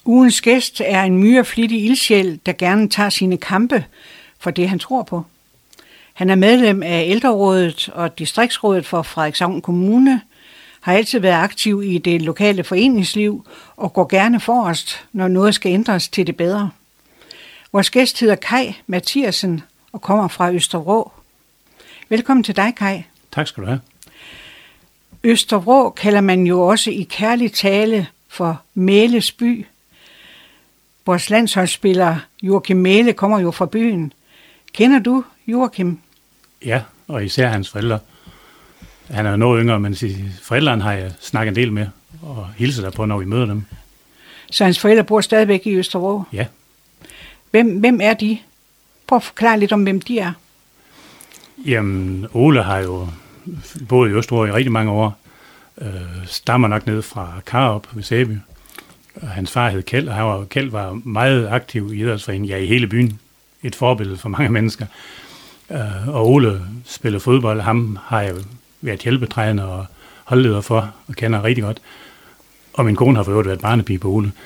Ugens gæst er en myreflittig ildsjæl, der gerne tager sine kampe for det, han tror på. Han er medlem af ældrerådet og distriktsrådet for Frederikshavn Kommune, har altid været aktiv i det lokale foreningsliv og går gerne forrest, når noget skal ændres til det bedre. Vores gæst hedder Kaj Mathiasen og kommer fra Østervrå. Velkommen til dig, Kaj. Tak skal du have. Østervrå kalder man jo også i kærlig tale for Mæles by. Vores landsholdsspiller Joachim Mæhle kommer jo fra byen. Kender du Joachim? Ja, og især hans forældre. Han er noget yngre, men forældrene har jeg snakket en del med og hilser der på, når vi møder dem. Så hans forældre bor stadigvæk i Østervrå? Ja. Hvem er de? Prøv at forklare lidt om, hvem de er. Jamen, Ole har jo boet i Østervrå i rigtig mange år. Stammer nok ned fra Karup ved Sæby. Hans far hed Kjeld, og Kjeld var meget aktiv i idrætsforeningen, ja, i hele byen. Et forbillede for mange mennesker. Og Ole spiller fodbold. Ham har jeg været hjælpetræner og holdleder for, og kender rigtig godt. Og min kone har for øvrigt været barnepige på Ole.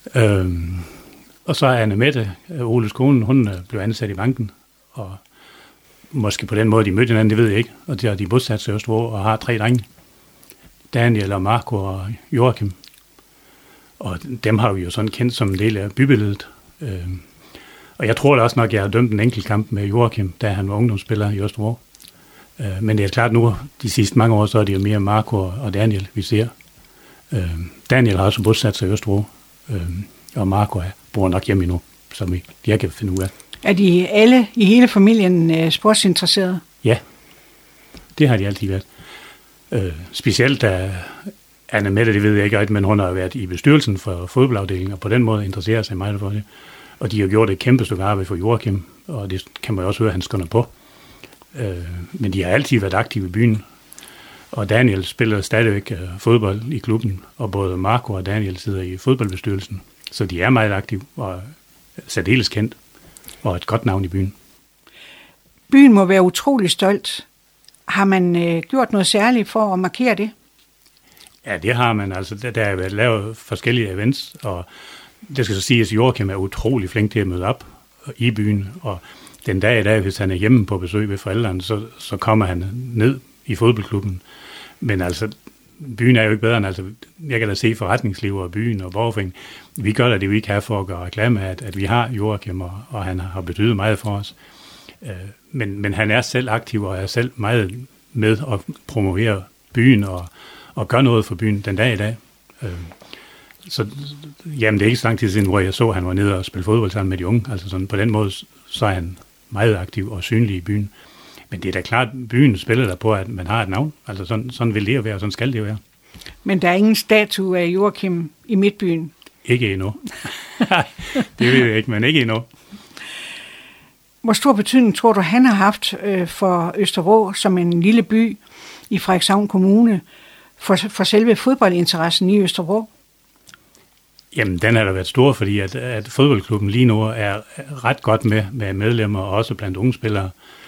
Og så er Anne Mette, Oles kone, hun blev ansat i banken, og måske på den måde, de mødte hinanden, det ved jeg ikke. Og de har bosat sig i Østervrå og har 3 drenge. Daniel og Marco og Joachim. Og dem har vi jo sådan kendt som en del af bybilledet. Og jeg tror da også nok, jeg har dømt en enkelt kamp med Joachim, da han var ungdomsspiller i Østervrå. Men det er klart nu, de sidste mange år, så er det jo mere Marco og Daniel, vi ser. Daniel har også bosat sig i Østervrå, og Marco bor nok hjemme endnu, som jeg kan finde ud af. Er de alle i hele familien sportsinteresserede? Ja, det har de altid været. Specielt da Anne Mette, det ved jeg ikke, men hun har været i bestyrelsen for fodboldafdelingen, og på den måde interesserer sig meget for det. Og de har gjort et kæmpe stykke arbejde for Joachim, og det kan man jo også høre, at han skønner på. Men de har altid været aktive i byen. Og Daniel spiller stadigvæk fodbold i klubben, og både Marco og Daniel sidder i fodboldbestyrelsen. Så de er meget aktive og særdeles kendt, og et godt navn i byen. Byen må være utrolig stolt. Har man gjort noget særligt for at markere det? Ja, det har man. Altså, der har været lavet forskellige events, og det skal så sige, at Joachim er utrolig flink til at møde op i byen, og den dag i dag, hvis han er hjemme på besøg ved forældrene, så kommer han ned i fodboldklubben. Men altså, byen er jo ikke bedre end, altså, jeg kan da se forretningsliv og byen og borgerforeningen. Vi gør da det, vi kan for at gøre reklame af, at vi har Joachim, og han har betydet meget for os. Men han er selv aktiv og er selv meget med at promovere byen og gøre noget for byen den dag i dag. Så jamen, det er ikke så lang tid siden, hvor jeg så, at han var nede og spille fodbold sammen med de unge. Altså sådan, på den måde, så er han meget aktiv og synlig i byen. Men det er da klart, at byen spiller der på, at man har et navn. Altså sådan vil det jo være, og sådan skal det jo være. Men der er ingen statue af Joachim i Midtbyen? Ikke endnu. Det ved jeg ikke, men ikke endnu. Hvor stor betydning tror du, han har haft for Østervrå som en lille by i Frederikshavn Kommune for selve fodboldinteressen i Østervrå? Jamen, den har da været stor, fordi at fodboldklubben lige nu er ret godt med medlemmer, og også blandt unge spillere.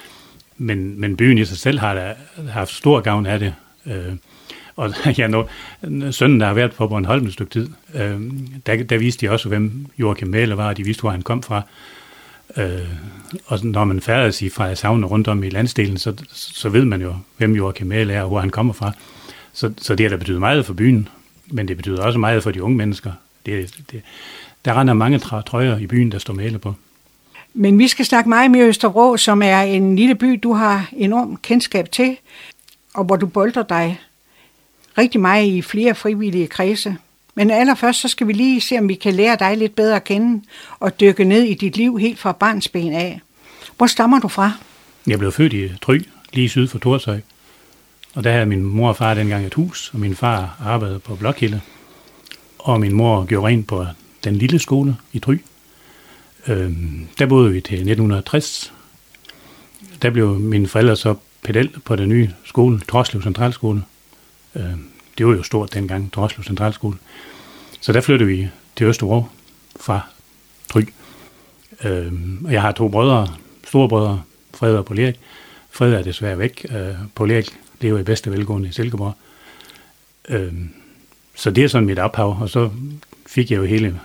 Men byen i sig selv har da haft stor gavn af det. Og ja, sønnen, der har været på Bornholm et stykke tid, der viste de også, hvem Joachim Mæhle var, og de vidste, hvor han kom fra. Og når man færdes i Frederikshavn og rundt om i landsdelen, så ved man jo, hvem Joachim Mæhle er, og hvor han kommer fra. Så det har da betydet meget for byen, men det betyder også meget for de unge mennesker. Der render mange trøjer i byen, der står Mæhle på. Men vi skal snakke meget mere Østervrå, som er en lille by, du har enormt kendskab til, og hvor du boltrer dig rigtig meget i flere frivillige kredse. Men allerførst, så skal vi lige se, om vi kan lære dig lidt bedre at kende og dykke ned i dit liv helt fra barnsben af. Hvor stammer du fra? Jeg blev født i Try, lige syd for Torshøj. Og der havde min mor og far dengang et hus, og min far arbejdede på Blokhilde. Og min mor gjorde rent på den lille skole i Try. Der boede vi til 1960. Der blev mine forældre så pedel på den nye skole, Torslev Centralskole. Det var jo stort dengang, Torslev Centralskole. Så der flyttede vi til Østervrå fra Try. Og jeg har 2 brødre, store brødre, Fred og Paul Erik. Fred er desværre væk. Paul Erik lever i bedste velgående i Silkeborg. Så det er sådan mit ophav, og så fik jeg jo hele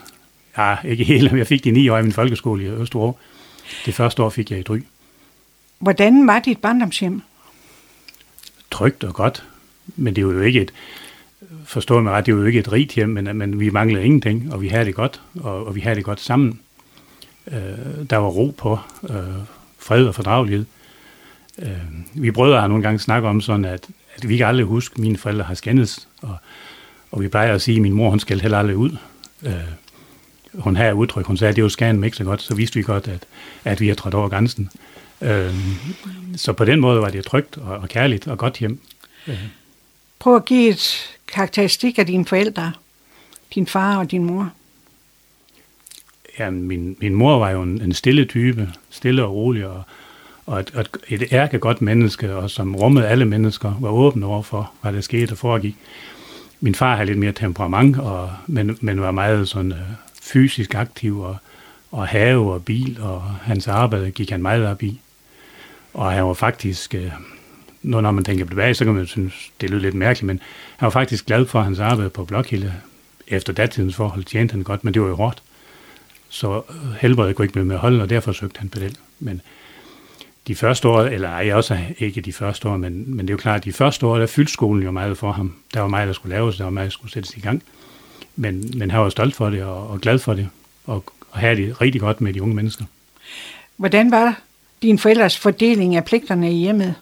Ja, ikke helt, men jeg fik de 9 år i min folkeskole i Østerå. Det første år fik jeg i Dry. Hvordan var dit barndomshjem? Trygt og godt, men det er jo ikke forstå mig ret, det er jo ikke et rigt hjem, men vi manglede ingenting, og vi havde det godt, og vi havde det godt sammen. Der var ro på, fred og fordragelighed. Vi brødre har nogle gange snakket om sådan, at vi kan aldrig huske, at mine forældre har skændes, og vi plejer at sige, at min mor, hun skældte heller aldrig ud. Hun havde udtryk, hun sagde, at det var skænden ikke så godt, så vidste vi godt, at vi har trådt over grænsen. Så på den måde var det trygt og kærligt og godt hjem. Prøv at give et karakteristik af dine forældre, din far og din mor. Ja, min mor var jo en stille type, stille og rolig, og et ærkegodt menneske, og som rummede alle mennesker, var åben over for, hvad der skete og foregik. Min far havde lidt mere temperament, men var meget sådan fysisk aktiv, og have og bil, og hans arbejde gik han meget op i. Og han var faktisk, når man tænker tilbage, så kan man synes, det lyder lidt mærkeligt, men han var faktisk glad for hans arbejde på Blokhilde. Efter datidens forhold tjente han godt, men det var jo hårdt. Så helbredet kunne ikke blive med at holde, og derfor søgte han pedel. Men de første år, eller ej, også ikke de første år, men det er jo klart, at de første år, der fyldte skolen jo meget for ham. Der var meget, der skulle laves, der var meget, der skulle sættes i gang. Men han var stolt for det, og glad for det, og havde det rigtig godt med de unge mennesker. Hvordan var din forældres fordeling af pligterne i hjemmet?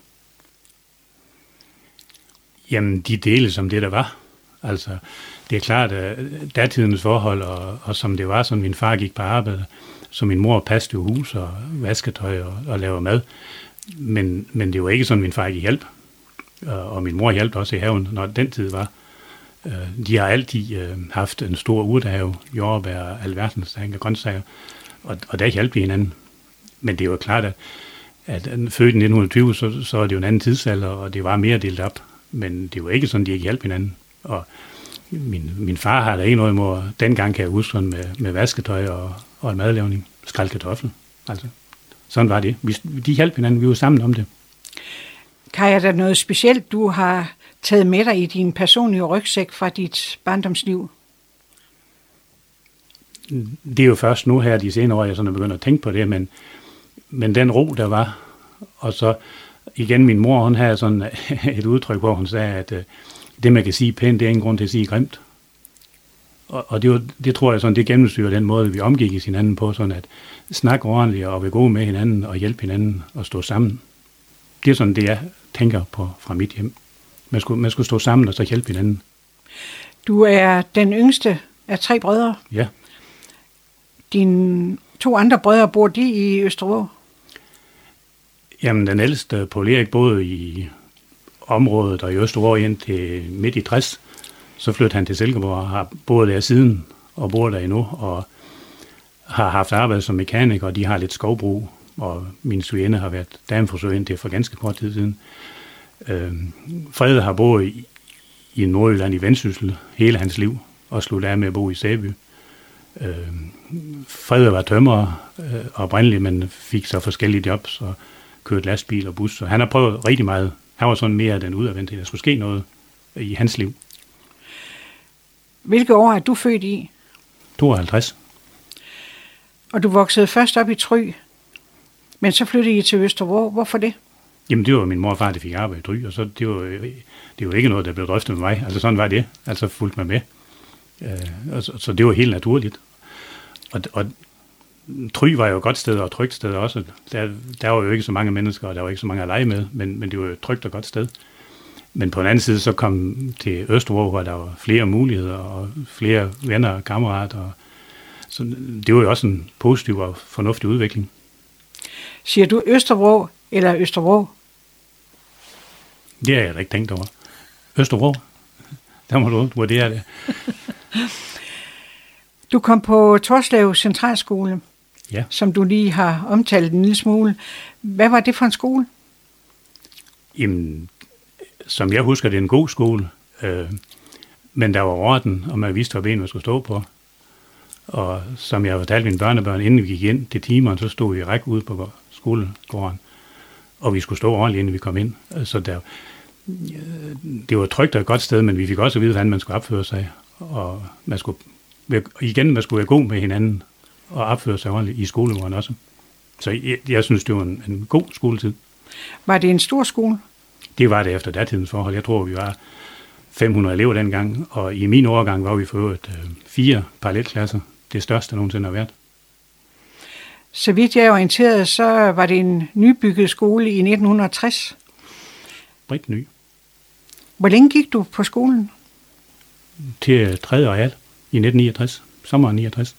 Jamen, de dele som det, der var. Altså, det er klart, at datidens forhold, og som det var, som min far gik på arbejde, så min mor passede jo hus og vasketøj og lavede mad. Men det var ikke sådan, min far ikke hjalp. Og min mor hjalp også i haven, når den tid var. De har altid haft en stor urtehave, jordbær, alverdens og grøntsager, og der hjalp vi hinanden. Men det er jo klart, at født i 1920, så er det jo en anden tidsalder, og det var mere delt op. Men det var ikke sådan, de ikke hjalp hinanden. Og min far har da ikke noget imod, dengang kan jeg huske sådan med vasketøj og en madlavning, skrald kartoffel. Altså, sådan var det. De hjalp hinanden, vi var sammen om det. Kaj, er der noget specielt, du har taget med dig i din personlige rygsæk fra dit barndomsliv? Det er jo først nu her, de senere år, jeg sådan begynder at tænke på det, men den ro, der var, og så igen min mor, hun havde sådan et udtryk, hvor hun sagde, at det, man kan sige pænt, det er ingen grund til at sige grimt. Og det tror jeg sådan, det gennemsyrer den måde, vi omgik i hinanden på, sådan at snakke ordentligt og være gode med hinanden og hjælpe hinanden og stå sammen. Det er sådan det, jeg tænker på fra mit hjem. Man skulle stå sammen og så hjælpe hinanden. Du er den yngste af 3 brødre. Ja. Dine 2 andre brødre, bor de i Østerå? Jamen, den ældste, Poul Erik, boede i området og i Østerå indtil midt i 60. Så flyttede han til Silkeborg og har boet der siden og bor der endnu og har haft arbejde som mekaniker, og de har lidt skovbrug, og min svigerinde har været damefrisør indtil for ganske kort tid siden. Frede har boet i Nordjylland i Vendsyssel hele hans liv og sluttede af med at bo i Sæby. Frede var tømrer oprindeligt, men fik så forskellige jobs og kørte lastbil og bus, så han har prøvet rigtig meget. Han var sådan mere den udadvendte, der skulle ske noget i hans liv. Hvilke år er du født i? 52. Og du voksede først op i Try, men så flyttede I til Østerå. Hvorfor det? Jamen, det var min mor og far, der fik arbejde i Try, og så det var ikke noget, der blev drøftet med mig. Altså sådan var det. Altså fulgte mig med. Så det var helt naturligt. Og Try var jo et godt sted og et trygt sted også. Der var jo ikke så mange mennesker, og der var ikke så mange at lege med, men det var jo et trygt og godt sted. Men på den anden side, så kom til Østerå, hvor der var flere muligheder og flere venner og kammerater. Så det var jo også en positiv og fornuftig udvikling. Siger du Østerå eller Østerå? Det har jeg da ikke tænkt over. Østerå, der må du vurdere det. Du kom på Torslev Centralskole, ja, som du lige har omtalt en lille smule. Hvad var det for en skole? Jamen, som jeg husker, det er en god skole, men der var orden, og man vidste, hvad ben man skulle stå på. Og som jeg fortalte mine børnebørn, inden vi gik ind til timeren, så stod vi i række ude på skolegården, og vi skulle stå ordentligt, inden vi kom ind. Så det var et trygt og et godt sted, men vi fik også at vide, hvordan man skulle opføre sig, og man skulle man skulle være god med hinanden og opføre sig ordentligt i skolegården også. Så jeg synes, det var en god skoletid. Var det en stor skole? Det var det efter datidens forhold. Jeg tror, vi var 500 elever dengang, og i min årgang var vi for øvrigt 4 parallelklasser. Det største, der nogensinde har været. Så vidt jeg er orienteret, så var det en nybygget skole i 1960. Bredt ny. Hvor længe gik du på skolen? Til 3. real i 1969. Sommeren 69.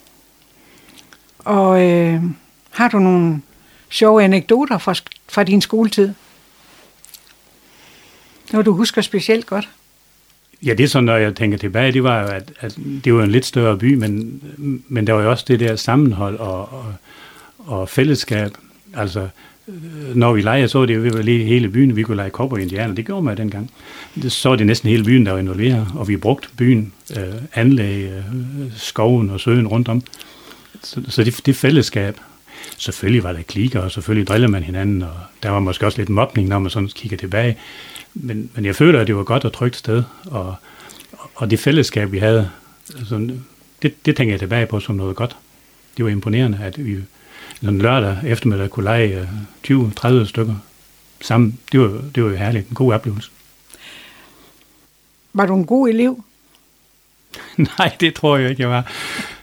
Og har du nogle sjove anekdoter fra din skoletid? Noget, du husker specielt godt? Ja, det er sådan, når jeg tænker tilbage, det var jo, at det var en lidt større by, men der var jo også det der sammenhold og fællesskab. Altså, når vi legede, så var det jo lige hele byen. Vi kunne lege cowboy indianer, det gjorde man dengang. Så var det næsten hele byen, der var involveret, og vi brugte byen, anlæg, skoven og søen rundt om. Så det fællesskab. Selvfølgelig var der klikker, og selvfølgelig drillede man hinanden, og der var måske også lidt mobning, når man sådan kigger tilbage. Men jeg føler, at det var et godt og trygt sted, og det fællesskab, vi havde, altså, det tænker jeg tilbage på som noget godt. Det var imponerende, at vi en lørdag eftermiddag kunne lege 20-30 stykker sammen. Det var jo herligt, en god oplevelse. Var du en god elev? Nej, det tror jeg ikke, jeg var.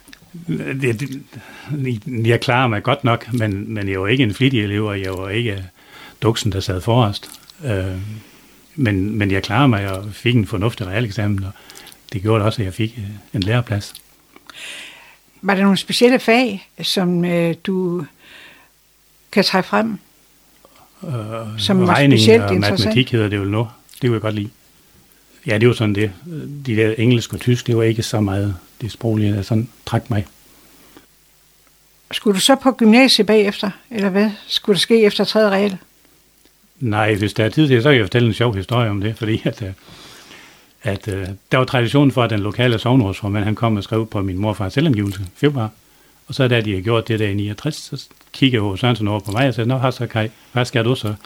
Jeg klarer mig godt nok, men jeg var ikke en flittig elev, og jeg var ikke duksen, der sad forrest. Men jeg klarer mig, og fik en fornuftig realeksamen, og det gjorde også, at jeg fik en læreplads. Var der nogle specielle fag, som du kan trække frem? Som var regning specielt og matematik hedder det jo nu. Det kunne jeg godt lide. Ja, det var sådan det. De der engelsk og tysk, det var ikke så meget det sproglige, der sådan trak mig. Skulle du så på gymnasiet bagefter, eller hvad? Skulle det ske efter 3. real? Nej, hvis der er tid til, så kan jeg fortælle en sjov historie om det, fordi at der var tradition for, at den lokale sognerådsformand, han kom og skrev på min morfars selvangivelse, februar. Og så da de havde gjort det der i 69, så kiggede H. Sørensen over på mig og sagde, nå, så Kai, hvad skal du så?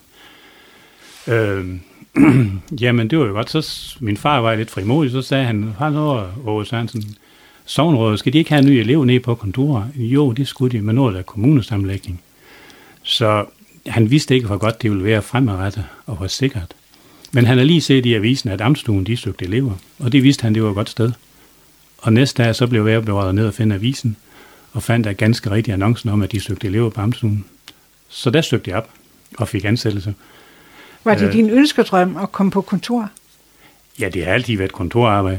Jamen, det var jo godt. Så min far var lidt frimodig, så sagde han, H. Sørensen, sognerådet, skal de ikke have en ny elev nede på kontoret? Jo, det skulle de, men nu er der kommunesammenlægning. Så han vidste ikke, hvor godt det ville være fremadrettet og hvor sikkert. Men han har lige set i avisen, at amtstuen, de søgte elever, og det vidste han, det var et godt sted. Og næste dag, så blev jeg bevæget ned og finde avisen, og fandt der ganske rigtig annoncen om, at de søgte elever på amtstuen. Så der søgte jeg op og fik ansættelse. Var det din ønskedrøm at komme på kontor? Ja, det har altid været kontorarbejde.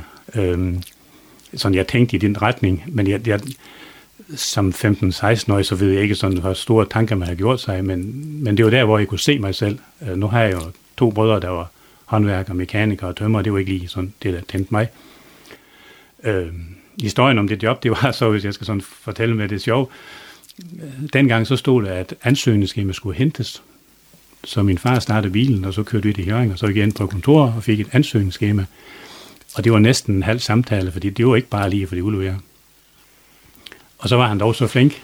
Sådan jeg tænkte i den retning, men jeg som 15-16-årig, så ved jeg ikke sådan, hvor store tanker man har gjort sig, men det var der, hvor jeg kunne se mig selv. Nu har jeg jo 2 brødre, der var håndværker, mekaniker og tømrer, det var ikke lige sådan det, der tændte mig. Historien om det job, det var så, hvis jeg skal sådan fortælle med det sjov. Dengang så stod der, at ansøgningsskema skulle hentes. Så min far startede bilen, og så kørte vi til Hjørring, og så gik jeg ind på kontoret og fik et ansøgningsskema. Og det var næsten en halv samtale, fordi det var ikke bare lige for det udlevere. Og så var han dog så flink,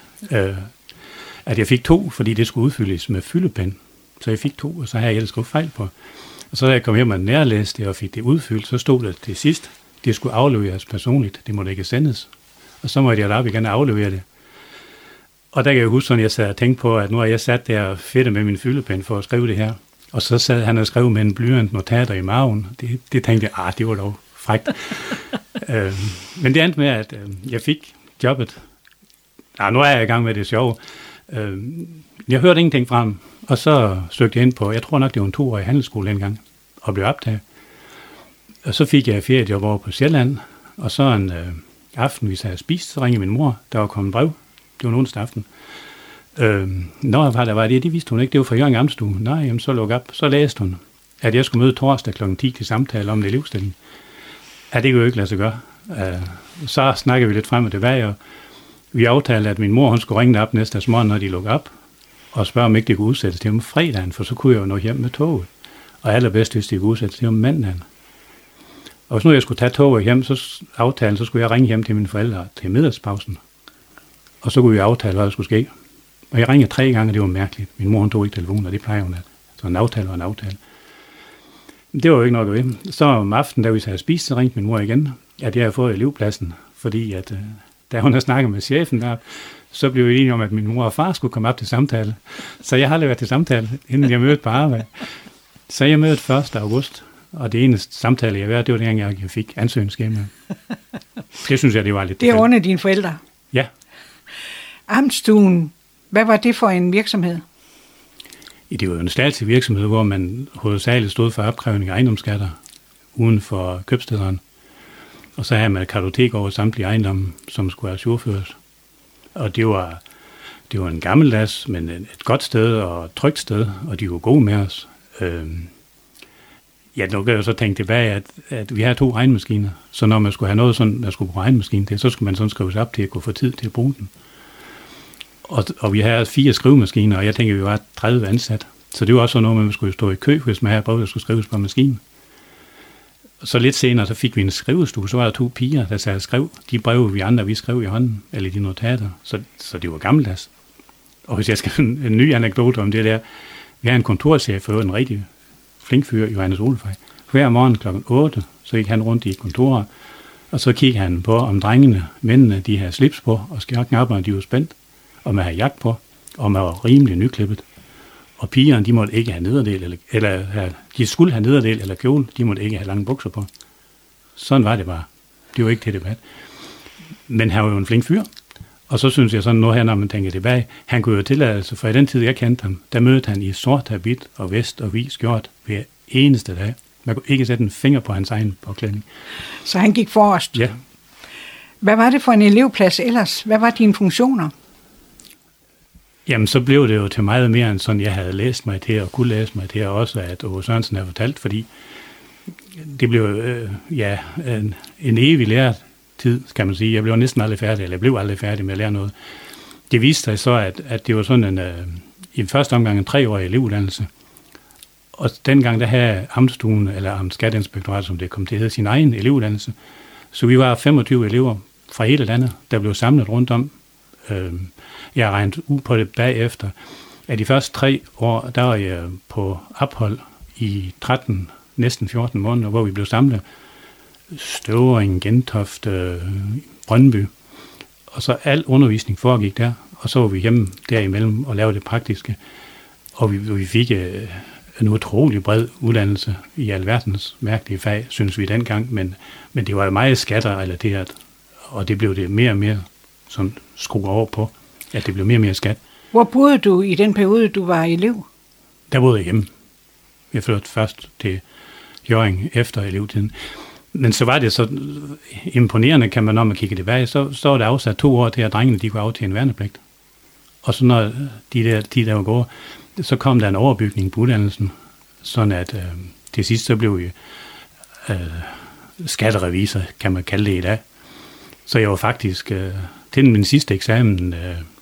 at jeg fik 2, fordi det skulle udfyldes med fyldepen. Så jeg fik 2, og så havde jeg ellers skrevet fejl på. Og så da jeg kom hjem og nærlæste det og fik det udfyldt, så stod det til sidst, det skulle afleveres personligt, det måtte ikke sendes. Og så måtte jeg da op igen og aflevere det. Og der kan jeg huske, sådan jeg sad og tænkte på, at nu har jeg sat der og fedtet med min fyldepen for at skrive det her. Og så sad han og skrev med en blyant notater i maven. Det tænkte jeg, det var dog frækt. Men det endte med, at jeg fik jobbet. Nu er jeg i gang med det sjove. Jeg hørte ingenting fra ham, og så søgte jeg ind på, jeg tror nok, det var en 2-årig handelsskole engang, og blev optaget. Og så fik jeg feriejob over på Sjælland, og så en aften, vi sad og spiste, så ringede min mor, der var kommet brev. Det var en onsdag aften. Når var det vidste hun ikke, det var fra Hjørring Amtstue. Nej, jamen, så lukkede op, så læste hun, at jeg skulle møde torsdag kl. 10 til samtale om en elevstilling. Det kunne jo ikke lade sig gøre. Så snakkede vi lidt frem og tilbage, og vi aftalte, at min mor hun skulle ringe op næste morgen, når de lukkede op, og spørge, om ikke det kunne udsættes til om fredagen, for så kunne jeg jo nå hjem med toget. Og allerbedst, hvis det kunne udsættes til om mandagen. Og hvis nu jeg skulle tage toget hjem, så aftalen, så skulle jeg ringe hjem til mine forældre til middagspausen. Og så kunne vi aftale, hvad der skulle ske. Og jeg ringede 3 gange, og det var mærkeligt. Min mor hun tog ikke telefonen, og det plejer hun at. Så en aftale var en aftale. Men det var jo ikke nok at ved. Så om aftenen, da vi havde spist, så ringte min mor igen, at jeg havde fået elevpladsen fordi at, da hun har snakket med chefen der, så blev vi enige om, at min mor og far skulle komme op til samtale. Så jeg har aldrig været til samtale, inden jeg mødte på arbejde. Så jeg mødte 1. august, og det eneste samtale, jeg var, det var den gang, jeg fik ansøgningsskemaet. Det synes jeg, det var lidt... Det er under dine forældre? Ja. Amtsstuen, hvad var det for en virksomhed? Det var jo en statslig virksomhed, hvor man hovedsageligt stod for opkrævning af ejendomsskatter uden for købstederne. Og så havde man et kartotek over samtlige ejendomme, som skulle ajourføres. Og det var en gammeldags, men et godt sted og et trygt sted, og de var gode med os. Nu kan jeg så tænke tilbage, at vi havde 2 regnmaskiner, så når man skulle have noget sådan, der skulle bruge regnmaskinen til, så skulle man sådan skrives op til at kunne få tid til at bruge den. Og vi havde 4 skrivemaskiner, og jeg tænker, vi var 30 ansat. Så det var også noget, man skulle stå i kø, hvis man havde brev, der skulle skrives på maskinen. Så lidt senere, så fik vi en skrivestue, så var der 2 piger, der sad og skrev. De breve, vi andre, vi skrev i hånden, eller de notater, så det var gammeldags. Og hvis jeg skal en ny anekdote om det der, vi havde en kontorchef, og en rigtig flink fyr, Johannes Olefej. Hver morgen kl. 8, så gik han rundt i kontoret, og så kiggede han på, om drengene, mændene, de havde slips på, og skjortknapperne, de var spændt, og man havde jagt på, og man var rimelig nyklippet. Og pigerne, de måtte ikke have nederdel, de skulle have nederdel eller kjole, de måtte ikke have lange bukser på. Sådan var det bare. Det var ikke til debat. Men han var jo en flink fyr. Og så synes jeg sådan noget her, når man tænker tilbage, han kunne jo tillade sig, for i den tid, jeg kendte ham, der mødte han i sort habit og vest og hvid skjort hver eneste dag. Man kunne ikke sætte en finger på hans egen påklædning. Så han gik forrest? Ja. Hvad var det for en elevplads ellers? Hvad var dine funktioner? Jamen, så blev det jo til meget mere end sådan, jeg havde læst mig til, og kunne læse mig til, og også at Åge Sørensen havde fortalt, fordi det blev en evig læretid, kan man sige. Jeg blev næsten aldrig færdig, eller jeg blev aldrig færdig med at lære noget. Det viste sig så, at det var sådan i første omgang en 3-årig elevuddannelse. Og dengang, der havde Amtsstuen, eller Amtsskatteinspektoratet, som det kom til at hedde, sin egen elevuddannelse. Så vi var 25 elever fra hele landet, der blev samlet rundt om. Jeg har regnet ud på det bagefter, at de første 3 år, der var jeg på ophold i 13, næsten 14 måneder, hvor vi blev samlet. Støvring, Gentofte, Brøndby. Og så al undervisning foregik der, og så var vi hjemme derimellem og lavede det praktiske. Og vi fik en utrolig bred uddannelse i alverdens mærkelige fag, synes vi dengang, men det var jo meget skatterelateret, og det blev det mere og mere sådan skruet over på, at det blev mere og mere skat. Hvor boede du i den periode, du var elev? Der boede jeg hjemme. Jeg flyttede først til Hjørring efter elevtiden. Men så var det så imponerende, kan man, når man kigger tilbage, så var der afsat 2 år til, at drengene de kunne aftjene værnepligt. Og så når de der var gode, så kom der en overbygning på uddannelsen, sådan at til sidst så blev vi skatterevisor, kan man kalde det i dag. Så jeg var faktisk til min sidste eksamen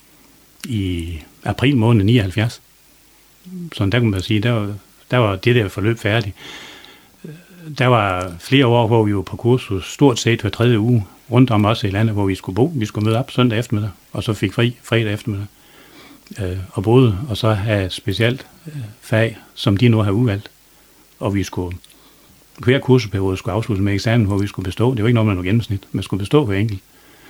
i april måned 79. Så der kunne man sige, der var det der forløb færdigt. Der var flere år, hvor vi var på kursus stort set hver 3. uge, rundt om også i landet, hvor vi skulle bo. Vi skulle møde op søndag eftermiddag, og så fik fri fredag eftermiddag. Og boede, og så have specielt fag, som de nu har udvalgt. Og vi skulle, hver kursusperiode skulle afsluttes med eksamen, hvor vi skulle bestå. Det var ikke noget med noget gennemsnit, man skulle bestå hver enkelt.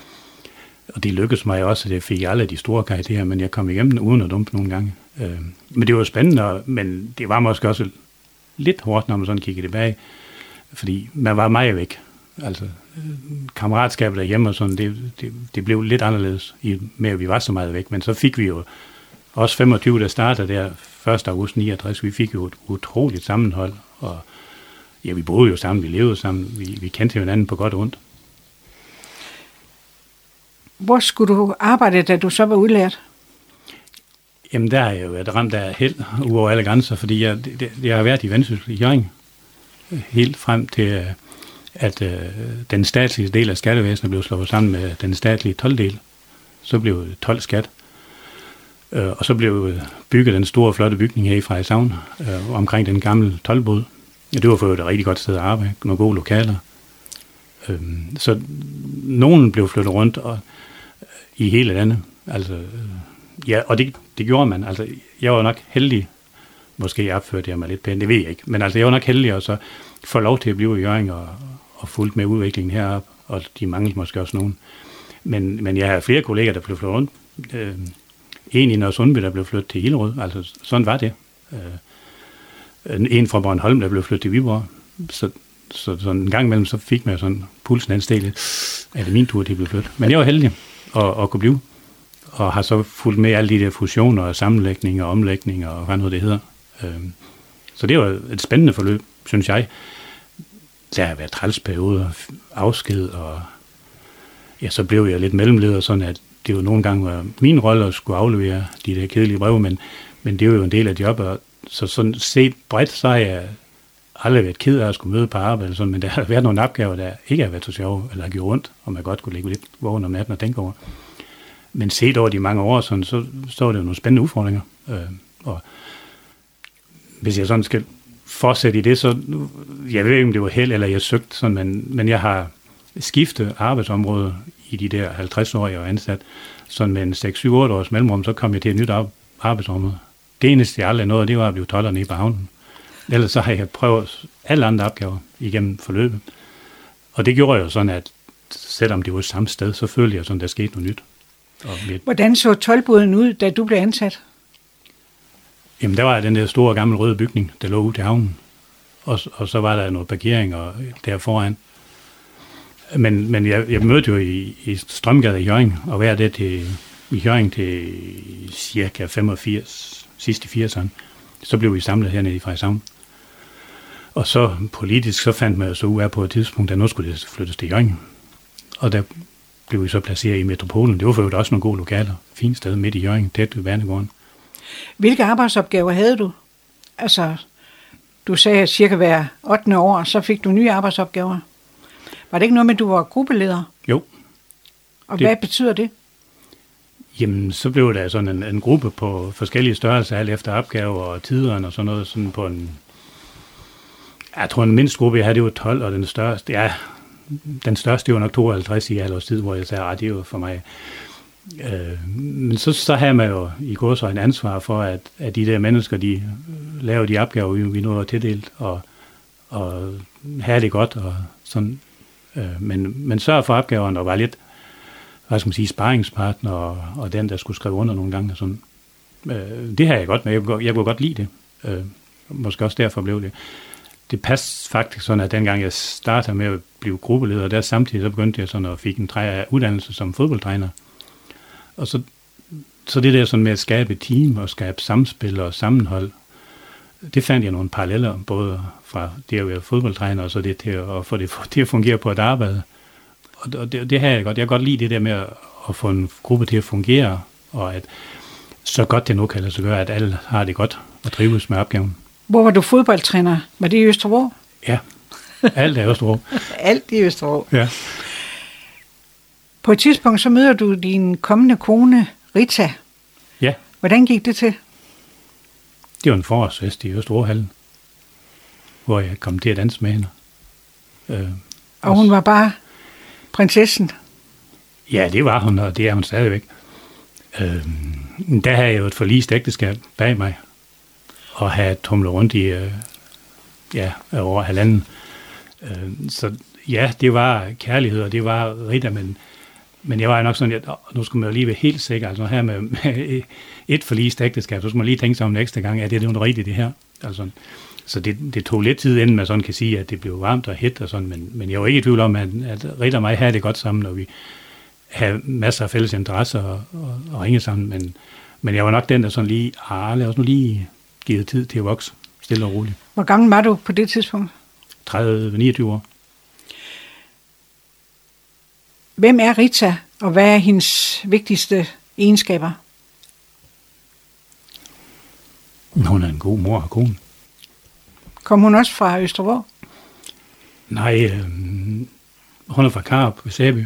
Og det lykkedes mig også, at jeg fik alle de store karakterer, men jeg kom igennem uden at dumpe nogle gange. Men det var spændende, men det var måske også lidt hårdt, når man sådan kiggede tilbage, fordi man var meget væk. Altså, kammeratskabet derhjemme og sådan, det blev lidt anderledes med, at vi var så meget væk. Men så fik vi jo også 25, der startede der 1. august 69. Vi fik jo et utroligt sammenhold, og ja, vi boede jo sammen, vi levede sammen, vi kendte hinanden på godt og ondt. Hvor skulle du arbejde, da du så var udlært? Jamen, der har jeg jo været ramt af held udover alle grænser, fordi jeg har været i Vendsyssel i Hjørring helt frem til, at den statslige del af skattevæsenet blev slået sammen med den statlige tolddel. Så blev det 12 skat. Og så blev bygget den store, flotte bygning her i Frederikshavn omkring den gamle toldbod. Ja, det var for et rigtig godt sted at arbejde, nogle gode lokaler. Så nogen blev flyttet rundt i hele landet. Altså, ja, og det gjorde man. Altså, jeg var nok heldig, måske opførte jeg mig lidt pænt, det ved jeg ikke, men altså, jeg var nok heldig at så få lov til at blive i Hjørring og fulgt med udviklingen heroppe. og de manglede måske også nogen. Men jeg har flere kolleger, der blev flyttet rundt. En i Nørresundby, der blev flyttet til Hillerød. Altså, sådan var det. En fra Bornholm, der blev flyttet til Viborg. Så sådan en gang imellem, så fik man sådan pulsen ansteget. Er det min tur, de blev flyttet? Men jeg var heldig at kunne blive. Og har så fulgt med alle de der fusioner og sammenlægninger og omlægninger og hvad noget det hedder. Så det var et spændende forløb, synes jeg. Der har været trælsperioder, afsked, og ja, så blev jeg lidt mellemleder, sådan at det jo nogle gange var min rolle at skulle aflevere de der kedelige breve, men det er jo en del af jobbet. Så sådan set bredt, så har jeg aldrig været ked af at skulle møde på arbejde, sådan, men der har været nogle opgaver, der ikke har været så sjove, eller har gjort ondt, og man godt kunne ligge lidt vågen om natten og tænke over. Men set over de mange år, sådan, så var det jo nogle spændende udfordringer. Og hvis jeg sådan skal fortsætte i det, så jeg ved ikke, om det var held, eller jeg søgte sådan, men jeg har skiftet arbejdsområde i de der 50 år, jeg var ansat. Sådan med en 6-7-8 års mellemrum, så kom jeg til et nyt arbejdsområde. Det eneste, jeg aldrig nåede, det var at blive toller nede på havnen. Ellers så har jeg prøvet alle andre opgaver igennem forløbet. Og det gjorde jeg sådan, at selvom det var samme sted, så følte jeg sådan, der skete noget nyt. Hvordan så toldboden ud, da du blev ansat? Jamen, der var den der store gamle røde bygning, der lå ude til havnen. Og så var der noget parkering og der foran. Men jeg mødte jo i Strømgade i Hjørring, og var der i Hjørring til cirka 85, sidste 80'erne. Så blev vi samlet hernede i Frederikshavn. Og så politisk, så fandt man jo så ud af på et tidspunkt, at nu skulle det flyttes til Hjørring. Og der blev vi så placeret i Metropolen. Det var for øvrigt også nogle gode lokaler. Fint sted midt i Hjørring, tæt ved Værnegården. Hvilke arbejdsopgaver havde du? Altså, du sagde, at cirka hver 8. år, så fik du nye arbejdsopgaver. Var det ikke noget med, at du var gruppeleder? Jo. Og hvad betyder det? Jamen, så blev der sådan en gruppe på forskellige størrelser, alt efter opgaver og tiderne og sådan noget, sådan på en... Jeg tror, den mindste gruppe, jeg havde, det var 12, og den største var nok 52 i halvårs tid, hvor jeg sagde, at det var for mig. Men så havde man jo i går så en ansvar for, at de der mennesker, de laver de opgaver, vi nu har tildelt, og have det godt, og sådan. Men sørg for opgaverne, og var lidt, hvad skal man sige, sparringspartner, og den, der skulle skrive under nogle gange. Sådan. Det har jeg godt med. Jeg kunne godt lide det. Måske også derfor blev det. Det passede faktisk sådan, at dengang jeg startede med at blive gruppeleder, der samtidig så begyndte jeg sådan at fik en uddannelse som fodboldtræner. Og så det der sådan med at skabe team og skabe samspil og sammenhold, det fandt jeg nogle paralleller, både fra det at være fodboldtræner og så det til at få det til at fungere på et arbejde. Og det har jeg godt. Jeg kan godt lide det der med at få en gruppe til at fungere, og at så godt det nu kan lade sig gøre, at alle har det godt og trives med opgaven. Hvor var du fodboldtræner? Var det i Østervrå? Ja, alt er Østervrå. Alt i Østervrå. Ja. På et tidspunkt så møder du din kommende kone, Rita. Ja. Hvordan gik det til? Det var en forårsfest i Østervrå-hallen, hvor jeg kom til at danse med hende. Og hun var bare prinsessen? Ja, det var hun, og det er hun stadigvæk. Der havde jeg jo et forlist ægteskab bag mig, og havde tumlet rundt i over halvanden. Så ja, det var kærlighed, og det var Rita, men jeg var nok sådan, at nu skulle man jo lige være helt sikker, altså her med et forlist ægteskab, så skulle man lige tænke sig om en ekstra gang, at det er jo rigtigt det her. Altså, så det tog lidt tid, inden man sådan kan sige, at det blev varmt og hit og sådan, men jeg var ikke i tvivl om, at Rita og mig havde det godt sammen, og vi havde masser af fælles interesser og ringe sammen, men jeg var nok den, der sådan lige, lad os nu lige give tid til at vokse, stille og roligt. Hvor gammel var du på det tidspunkt? 30-29 år. Hvem er Rita, og hvad er hendes vigtigste egenskaber? Hun er en god mor og kone. Kom hun også fra Østervrå? Nej, hun er fra Karup ved Sæby.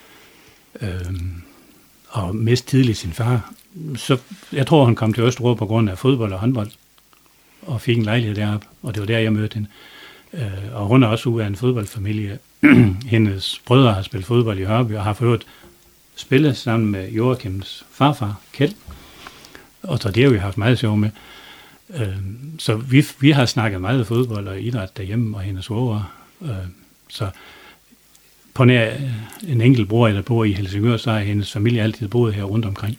Og mest tidligt sin far. Så jeg tror, hun kom til Østervrå på grund af fodbold og håndbold. Og fik en lejlighed deroppe, og det var der, jeg mødte hende. Og hun er også ud af en fodboldfamilie. Hendes brødre har spillet fodbold i Hørby, og har for øvrigt spillet sammen med Joachims farfar, Kjeld. Og så det har vi haft meget sjov med. Så vi har snakket meget fodbold og idræt derhjemme, og hendes svoger. Så på nær en enkelt bror, der bor i Helsingør, så har hendes familie altid boet her rundt omkring.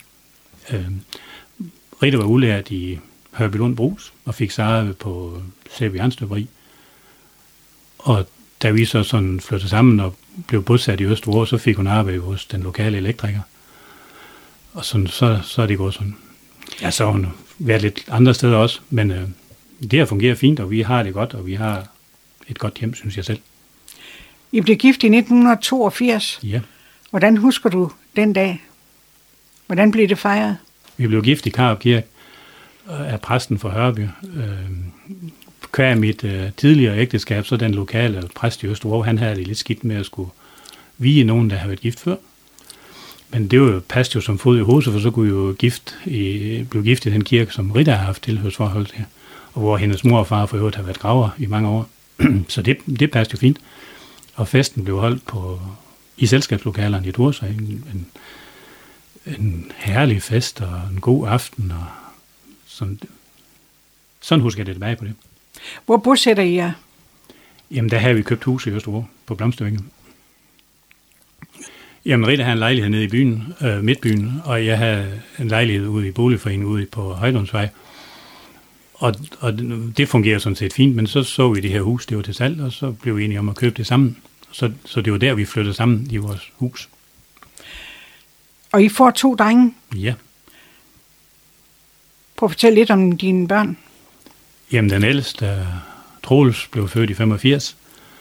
Rita var udlært i Hørbylund Brugs og fik sig arbejde på Sæby Jernstøberi. Og da vi så sådan flyttede sammen og blev bosat i Østervrå, så fik hun arbejde hos den lokale elektriker. Og sådan, så er det gået sådan. Ja, så har hun været lidt andre steder også, men det her fungerer fint, og vi har det godt, og vi har et godt hjem, synes jeg selv. I blev gift i 1982. Ja. Hvordan husker du den dag? Hvordan blev det fejret? Vi blev gift i Karup Kirke af præsten for Hørby. Hver mit tidligere ægteskab, så den lokale præst i Østervrå, han havde det lidt skidt med at skulle vie nogen, der havde været gift før. Men det var jo passet jo som fod i hose, for så kunne jo blive gift i den kirke, som Rita har haft tilhørsforhold til, og hvor hendes mor og far for øvrigt har været graver i mange år. Så det passede jo fint. Og festen blev holdt i selskabslokalerne i Djursø. En herlig fest og en god aften. Og sådan husker jeg det tilbage på det. Hvor bosætter I jer? Jamen, der havde vi købt hus i Østervrå på Blomstervængen. Jamen, Rita havde en lejlighed nede i byen, Midtbyen, og jeg havde en lejlighed ude i boligforeningen ude på Højlundsvej. Og det fungerer sådan set fint, men så vi det her hus, det var til salg, og så blev vi enige om at købe det sammen. Så det var der, vi flyttede sammen i vores hus. Og I får 2 drenge? Ja. Prøv at fortælle lidt om dine børn. Jamen, den ældste, Troels, blev født i 85.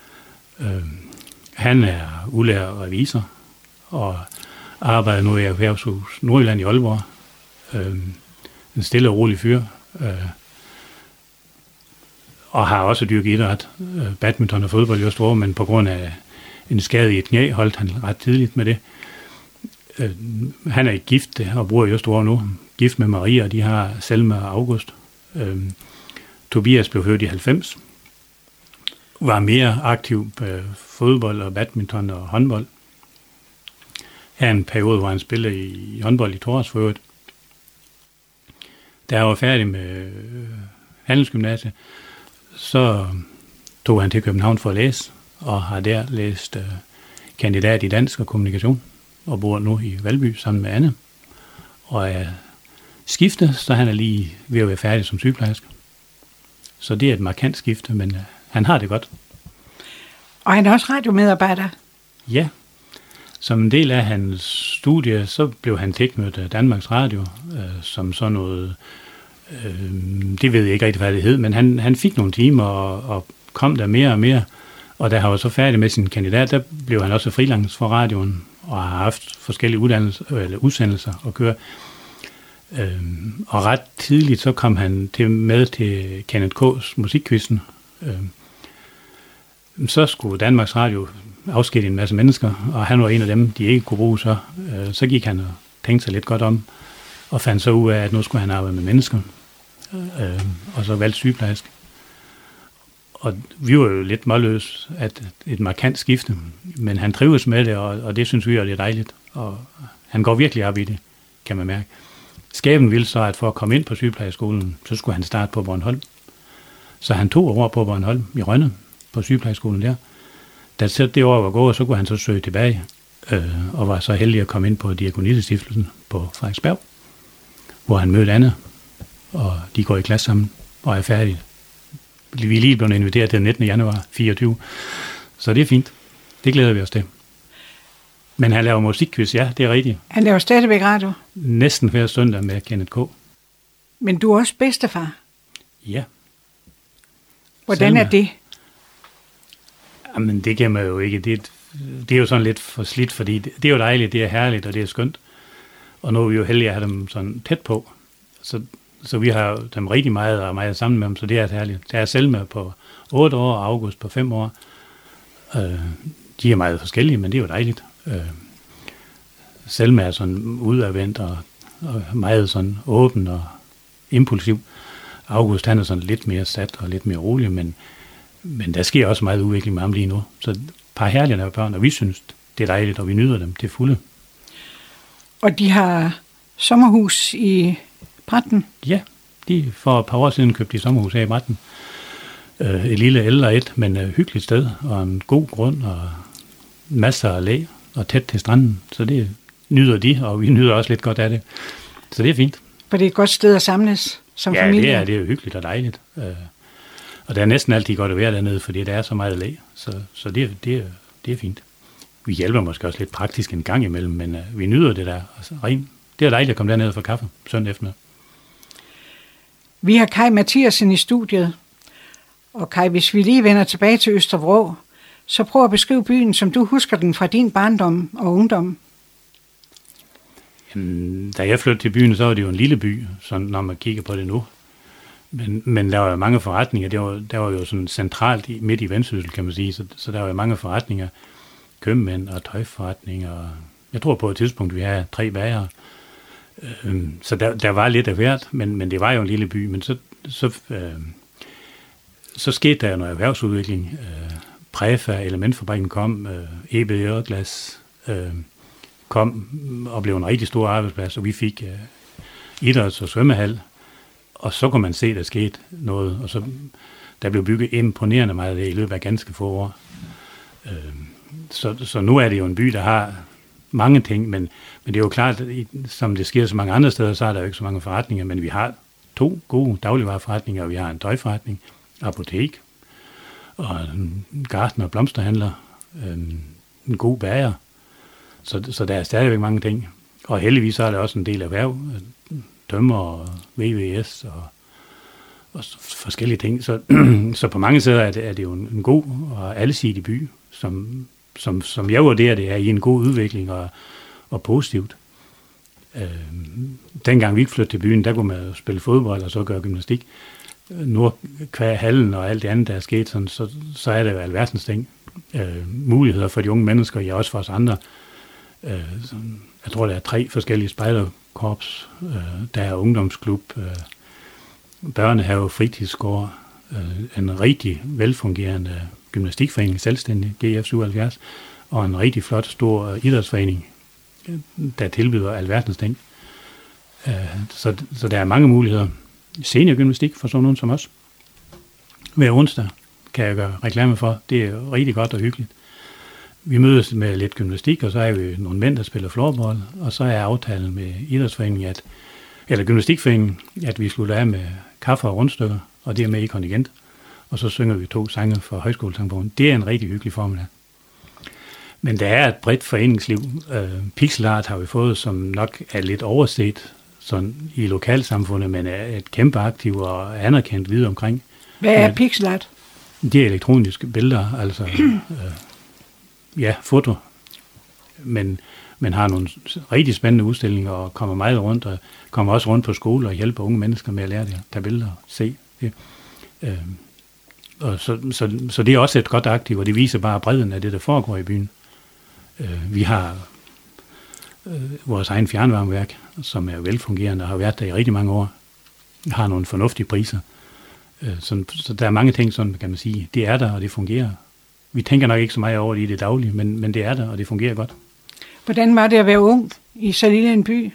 Han er udlært revisor og arbejder nu i Erhvervshus Nordjylland i Aalborg. En stille og rolig fyr. Og har også dyrket idræt, badminton og fodbold i Østervrå, men på grund af en skade i et knæ holdt han ret tidligt med det. Han er gift og bor i Østervrå nu. Gift med Maria, og de har Selma og August. Tobias blev født i 90. Var mere aktiv på fodbold og badminton og håndbold. Her en periode, hvor han spillede i håndbold i Torres for øvrigt. Da jeg var færdig med handelsgymnasiet, så tog han til København for at læse, og har der læst kandidat i dansk og kommunikation, og bor nu i Valby sammen med Anne. Og er skiftet, så han er lige ved at være færdig som sygeplejerske. Så det er et markant skifte, men han har det godt. Og han er også radiomedarbejder? Ja. Som en del af hans studie, så blev han tilknyttet af Danmarks Radio, som sådan noget, det ved jeg ikke rigtig, hvad det hed, men han fik nogle timer og kom der mere og mere. Og da han var så færdig med sin kandidat, der blev han også freelance for radioen, og har haft forskellige udsendelser at køre. Og ret tidligt så kom han med til Kenneth K's musikquizzen. Så skulle Danmarks Radio afskedige en masse mennesker, og han var en af dem, de ikke kunne bruge så. Så gik han og tænkte sig lidt godt om, og fandt så ud af, at nu skulle han arbejde med mennesker, og så valgte sygeplejerske. Og vi var jo lidt målløse, at et markant skifte, men han trives med det, og det synes vi er lidt dejligt, og han går virkelig op i det, kan man mærke. Skæbnen ville så, at for at komme ind på sygeplejeskolen, så skulle han starte på Bornholm. Så han tog år på Bornholm i Rønne, på sygeplejeskolen der. Da det år var gået, så kunne han så søge tilbage, og var så heldig at komme ind på Diakonissestiftelsen på Frederiksberg, hvor han mødte Anne, og de går i klasse sammen og er færdige. Vi er lige blevet inviteret til den 19. januar 24, så det er fint. Det glæder vi os til. Men han laver musikquiz, ja, det er rigtigt. Han laver stadigvæk radio? Næsten hver søndag med Kenneth K. Men du er også bedstefar? Ja. Hvordan er det? Jamen, det kan man jo ikke. Det er jo sådan lidt for slidt, fordi det er jo dejligt, det er herligt, og det er skønt. Og nu er vi jo heldige at have dem sådan tæt på. Så vi har dem rigtig meget og meget sammen med dem, så det er herligt. Der er Selma på 8 år og August på 5 år. De er meget forskellige, men det er jo dejligt. Selma er sådan udadvendt og meget sådan åben og impulsiv. August, han er sådan lidt mere sat og lidt mere rolig, men der sker også meget udvikling med ham lige nu. Så et par herlige børn, og vi synes, det er dejligt, og vi nyder dem til fulde. Og de har sommerhus i Bratten? Ja, de for et par år siden købte de sommerhus her i Bratten. Et lille ældre men hyggeligt sted, og en god grund, og masser af læ og tæt til stranden, så det nyder de, og vi nyder også lidt godt af det. Så det er fint. For det er et godt sted at samles som familie. Ja, det er jo hyggeligt og dejligt. Og der er næsten altid godt at være dernede, fordi der er så meget læ, så det er fint. Vi hjælper måske også lidt praktisk en gang imellem, men vi nyder det der. Altså, det er dejligt at komme derned og få kaffe søndag eftermiddag. Vi har Kai Mathiasen i studiet. Og Kai, hvis vi lige vender tilbage til Øster-Vrå, så prøv at beskrive byen, som du husker den fra din barndom og ungdom. Jamen, da jeg flyttede til byen, så var det jo en lille by, sådan, når man kigger på det nu. Men der var jo mange forretninger. Der var jo sådan centralt midt i Vendsyssel, kan man sige. Så der var jo mange forretninger. Købmænd og tøjforretninger. Jeg tror på et tidspunkt, vi havde 3 bagere. Så der var lidt af hvert, men det var jo en lille by. Men så skete der jo noget erhvervsudvikling. Præfa, Elementfabrikken kom, EBJ-glas kom og blev en rigtig stor arbejdsplads, og vi fik idræts- og svømmehal, og så kunne man se, at der skete noget, og så der blev bygget imponerende meget af det i løbet af ganske få år. Så nu er det jo en by, der har mange ting, men det er jo klart, som det sker så mange andre steder, så er der jo ikke så mange forretninger, men vi har 2 gode dagligvareforretninger, og vi har en tøjforretning, apotek, og en gartner- og blomsterhandler, en god bager, så der er stadigvæk mange ting. Og heldigvis er der også en del erhverv, tømmer og VVS og forskellige ting. Så på mange steder er det jo en god og allesidig by, som jeg vurderer det er i en god udvikling og positivt. Dengang vi ikke flyttede til byen, der kunne man spille fodbold og så gøre gymnastik. Nu hver hallen og alt det andet, der er sket, sådan, så er det jo alverdens ting. Muligheder for de unge mennesker, ja også for os andre. Jeg tror, der er 3 forskellige spejderkorps. Der er ungdomsklub, børnehave, fritidsgård, en rigtig velfungerende gymnastikforening, selvstændig, GF 77, og en rigtig flot, stor idrætsforening, der tilbyder alverdens ting. Så der er mange muligheder. Seniorgymnastik for sådan nogen som os. Hver onsdag kan jeg gøre reklame for. Det er rigtig godt og hyggeligt. Vi mødes med lidt gymnastik, og så er vi nogle mænd, der spiller floorball, og så er aftalen med idrætsforeningen, eller gymnastikforeningen, at vi slutter af med kaffe og rundstykker, og det er med i kontingent. Og så synger vi 2 sange fra Højskolesangbogen. Det er en rigtig hyggelig formiddag. Men der er et bredt foreningsliv. Pixelart har vi fået, som nok er lidt overset sådan i lokalsamfundet, men er et kæmpe aktiv og anerkendt videre omkring. Hvad er pixelart? Det er elektroniske billeder, altså foto. Men har nogle rigtig spændende udstillinger og kommer meget rundt, og kommer også rundt på skole og hjælper unge mennesker med at lære det, at tage billeder og se det. Og så det er også et godt aktiv, og det viser bare bredden af det, der foregår i byen. Vi har vores egen fjernvarmeværk, som er velfungerende og har været der i rigtig mange år, har nogle fornuftige priser. Så der er mange ting, sådan kan man sige, det er der, og det fungerer. Vi tænker nok ikke så meget over det i det daglige, men det er der, og det fungerer godt. Hvordan var det at være ung i så lille en by?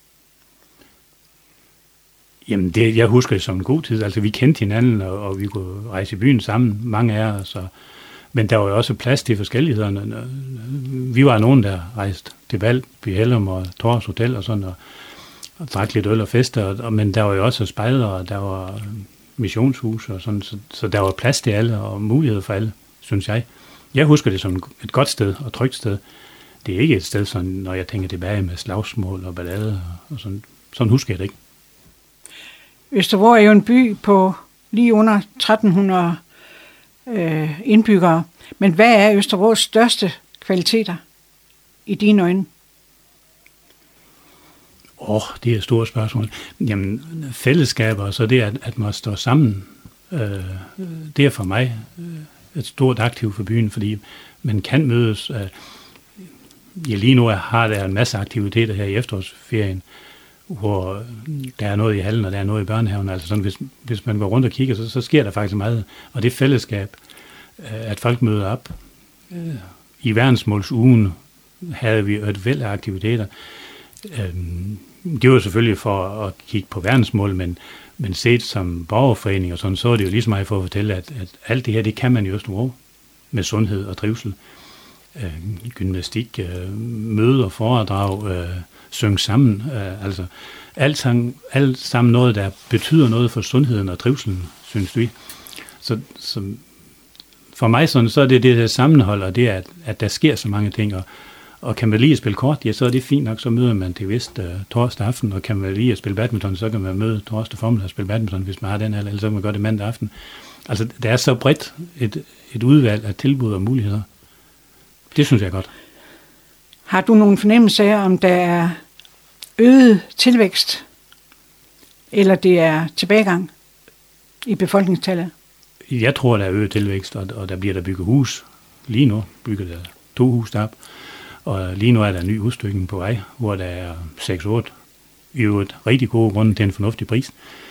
Jamen, jeg husker det som en god tid. Altså, vi kendte hinanden, og vi kunne rejse i byen sammen, mange af os. Men der var jo også plads til forskellighederne. Vi var nogen, der rejste til Valby, Hellum og Tors Hotel og sådan, og drak lidt øl og fester. Men der var jo også spejder, og der var missionshus og sådan, så der var plads til alle og mulighed for alle, synes jeg. Jeg husker det som et godt sted og trygt sted. Det er ikke et sted, sådan, når jeg tænker tilbage med slagsmål og ballade og sådan. Sådan husker jeg det ikke. Øster-Vrå er jo en by på lige under 1300 indbyggere. Men hvad er Øster-Vrås største kvaliteter i dine øjne? Det er et stort spørgsmål. Jamen, fællesskaber, så det at man står sammen, det er for mig et stort aktiv for byen, fordi man kan mødes. Lige nu har der en masse aktiviteter her i efterårsferien, hvor der er noget i hallen, og der er noget i børnehaven. Altså sådan, hvis man går rundt og kigger, så sker der faktisk meget. Og det fællesskab, at folk møder op. I verdensmålsugen havde vi et væld af aktiviteter. Det var selvfølgelig for at kigge på verdensmål, men set som borgerforening og sådan, så er det jo lige så meget for at fortælle, at alt det her, det kan man jo også med sundhed og trivsel. gymnastik, møder, foredrag, synge sammen, altså alt sammen noget, der betyder noget for sundheden og trivselen, synes vi. Så for mig sådan, så er det der sammenhold, og det er, at der sker så mange ting, og kan man lige at spille kort, ja, så er det fint nok, så møder man til vist torsdag aften, og kan man lige at spille badminton, så kan man møde torsdag formiddag og spille badminton, hvis man har den, eller så kan man gøre det mandag aften. Altså, der er så bredt et udvalg af tilbud og muligheder. Det synes jeg er godt. Har du nogen fornemmelse af, om der er øget tilvækst, eller det er tilbagegang i befolkningstallet? Jeg tror, der er øget tilvækst, og der bliver der bygget hus. Lige nu bygger der 2 hus derop, og lige nu er der en ny udstykning på vej, hvor der er 6-8 i øvrigt rigtig gode grunde til en fornuftig pris.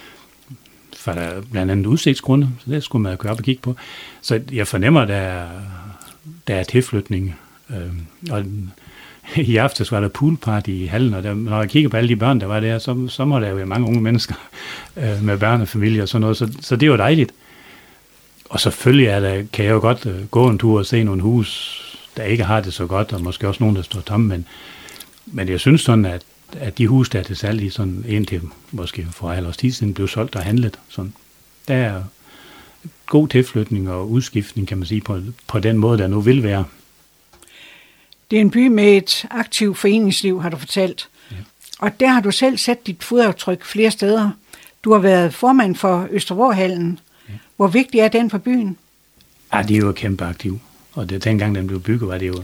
For der er blandt andet udsigtsgrunde, så det skulle man køre op og kigge på. Så jeg fornemmer, der er tilflytning. Og i aftes var der poolparty i hallen, og når jeg kigger på alle de børn, der var der, så må der jo være mange unge mennesker med børn og familie og sådan noget, så det er jo dejligt. Og selvfølgelig kan jeg jo godt gå en tur og se nogle hus, der ikke har det så godt, og måske også nogen, der står tomme, men jeg synes sådan, at de hus, der er til salg i sådan indtil måske for halvårs tid siden, blev solgt og handlet. Sådan. Der er god tilflytning og udskiftning, kan man sige, på den måde, der nu vil være. Det er en by med et aktivt foreningsliv, har du fortalt. Ja. Og der har du selv sat dit fodaftryk flere steder. Du har været formand for Østervrå-hallen. Ja. Hvor vigtig er den for byen? Ja, det er jo kæmpe aktiv. Og dengang den blev bygget, var det jo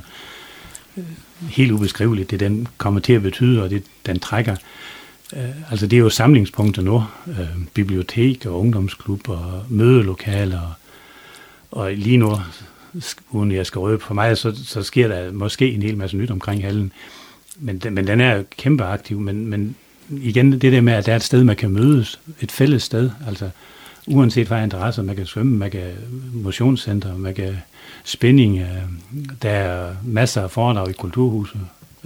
helt ubeskriveligt, det den kommer til at betyde, og det den trækker. Altså det er jo samlingspunkter nu. Bibliotek og ungdomsklub og mødelokaler. Og lige nu, uden jeg skal røbe for mig, så sker der måske en hel masse nyt omkring hallen. Men den er jo kæmpe aktiv. Men igen, det der med, at der er et sted, man kan mødes. Et fælles sted. Altså uanset hvad interesser, man kan svømme, man kan motionscenter, man kan spænding. Der er masser af foredrag i kulturhuset.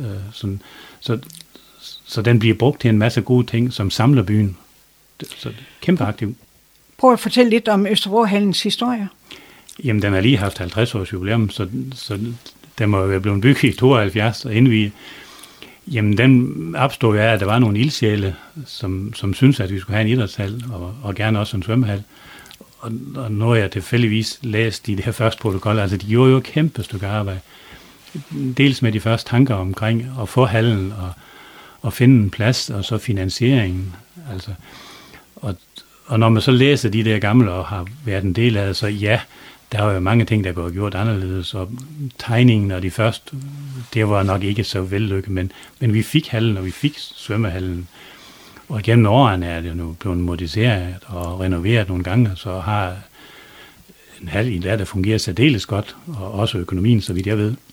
Så den bliver brugt til en masse gode ting, som samler byen. Så kæmpe aktiv. Prøv at fortælle lidt om Østervrå-hallens historie. Jamen, den har lige haft 50 års jubilæum, så den må jo være blevet bygget i 72, og inden jamen, den opstod af, at der var nogle ildsjæle, som synes, at vi skulle have en idrætshal, og gerne også en svømmehal. Og når jeg tilfældigvis læste de her første protokoller, altså de gjorde jo et kæmpe stykke arbejde. Dels med de første tanker omkring at få hallen, og finde en plads, og så finansieringen. Altså, og når man så læser de der gamle, og har været en del af det, så ja, der var jo mange ting, der går gjort anderledes, og tegningen og de første, det var nok ikke så vellykket, men vi fik hallen, og vi fik svømmehallen, og gennem årene er det nu blevet modificeret og renoveret nogle gange, så har en hal i der fungerer særdeles godt, og også økonomien, så vidt jeg ved.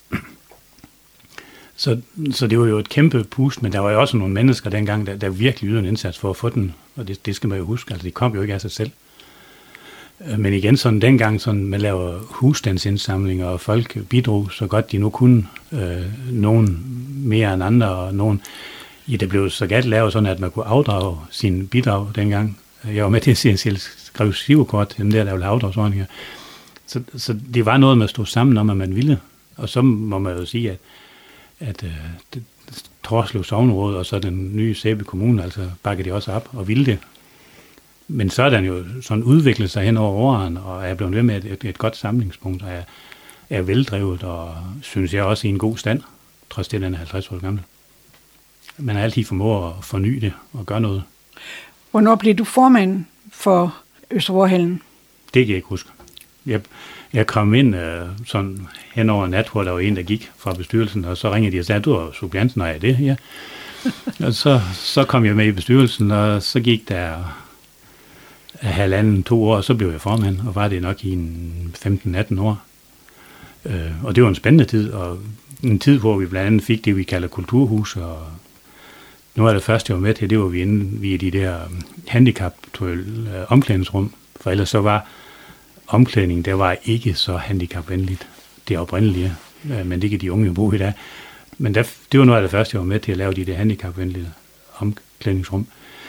Så det var jo et kæmpe pust, men der var jo også nogle mennesker dengang, der virkelig ydede en indsats for at få den, og det skal man jo huske, altså de kom jo ikke af sig selv. Men igen, sådan dengang, sådan, man laver husstandsindsamlinger, og folk bidrog så godt de nu kunne, nogen mere end andre, og nogen, det blev så godt lavet sådan, at man kunne afdrage sine bidrag dengang. Jeg var med til at skrive sivekort til dem der ville have afdragsordninger. Så det var noget, man stod sammen om, at man ville. Og så må man jo sige, at Torslev Sogneråd og så den nye Sæby Kommune, altså bakker de også op og ville det. Men så er den jo sådan udviklet sig hen over årene, og er blevet ved med et godt samlingspunkt, og er veldrevet, og synes jeg også i en god stand, trods det, den er 50 år gammel. Man har altid formået at forny det og gøre noget. Hvornår blev du formand for Østervrå-hallen? Det kan jeg ikke huske. Jeg kom ind sådan hen over nat, hvor der var en, der gik fra bestyrelsen, og så ringede de og sagde, du var suppleant, når jeg er det, ja. Og så kom jeg med i bestyrelsen, og så gik der 1,5-2 år, og så blev jeg formand, og var det nok i 15-18 år. Og det var en spændende tid, og en tid, hvor vi blandt andet fik det, vi kalder kulturhus, og nu er det første, jeg var med til, det var vi inde i de der omklædningsrum, for ellers så var omklædning, der var ikke så handicapvenligt, det oprindelige, men det kan de unge jo bruge i dag. Men det var noget af det første, jeg var med til at lave de der handicapvenlige omklædningsrum.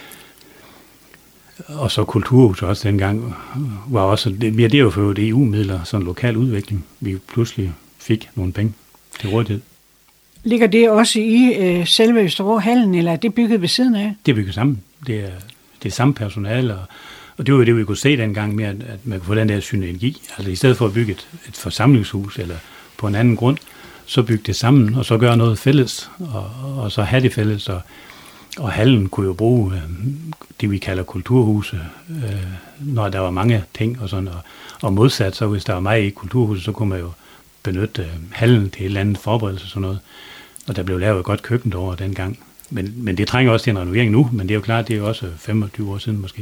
Og så kulturhus også dengang var også, det er jo for EU-midler, sådan lokal udvikling, vi pludselig fik nogle penge. til rådighed. Ligger det også i selve Østervrå-hallen, eller er det bygget ved siden af? Det er bygget sammen. Det er samme personale, og det var jo det, vi kunne se dengang med, at man kunne få den der synergi. Altså i stedet for at bygge et forsamlingshus eller på en anden grund, så bygge det sammen, og så gøre noget fælles, og så have det fælles. Og hallen kunne jo bruge det, vi kalder kulturhuse, når der var mange ting og sådan. Og modsat, så hvis der var meget i kulturhuset, så kunne man jo benytte hallen til et eller andet forberedelse og sådan noget. Og der blev lavet et godt køkken derovre dengang. Men det trænger også til en renovering nu, men det er jo klart, det er jo også 25 år siden måske.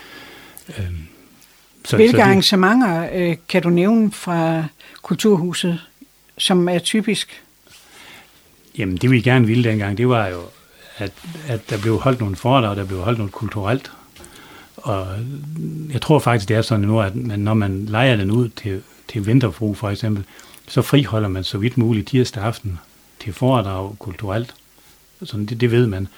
Hvilke arrangementer kan du nævne fra kulturhuset, som er typisk? Jamen, det vi gerne ville dengang, det var jo, at der blev holdt nogle foredrag, der blev holdt noget kulturelt. Og jeg tror faktisk, det er sådan nu, at når man lejer den ud til vinterbrug for eksempel, så friholder man så vidt muligt tirsdag aften til foredrag kulturelt. Sådan, det ved man.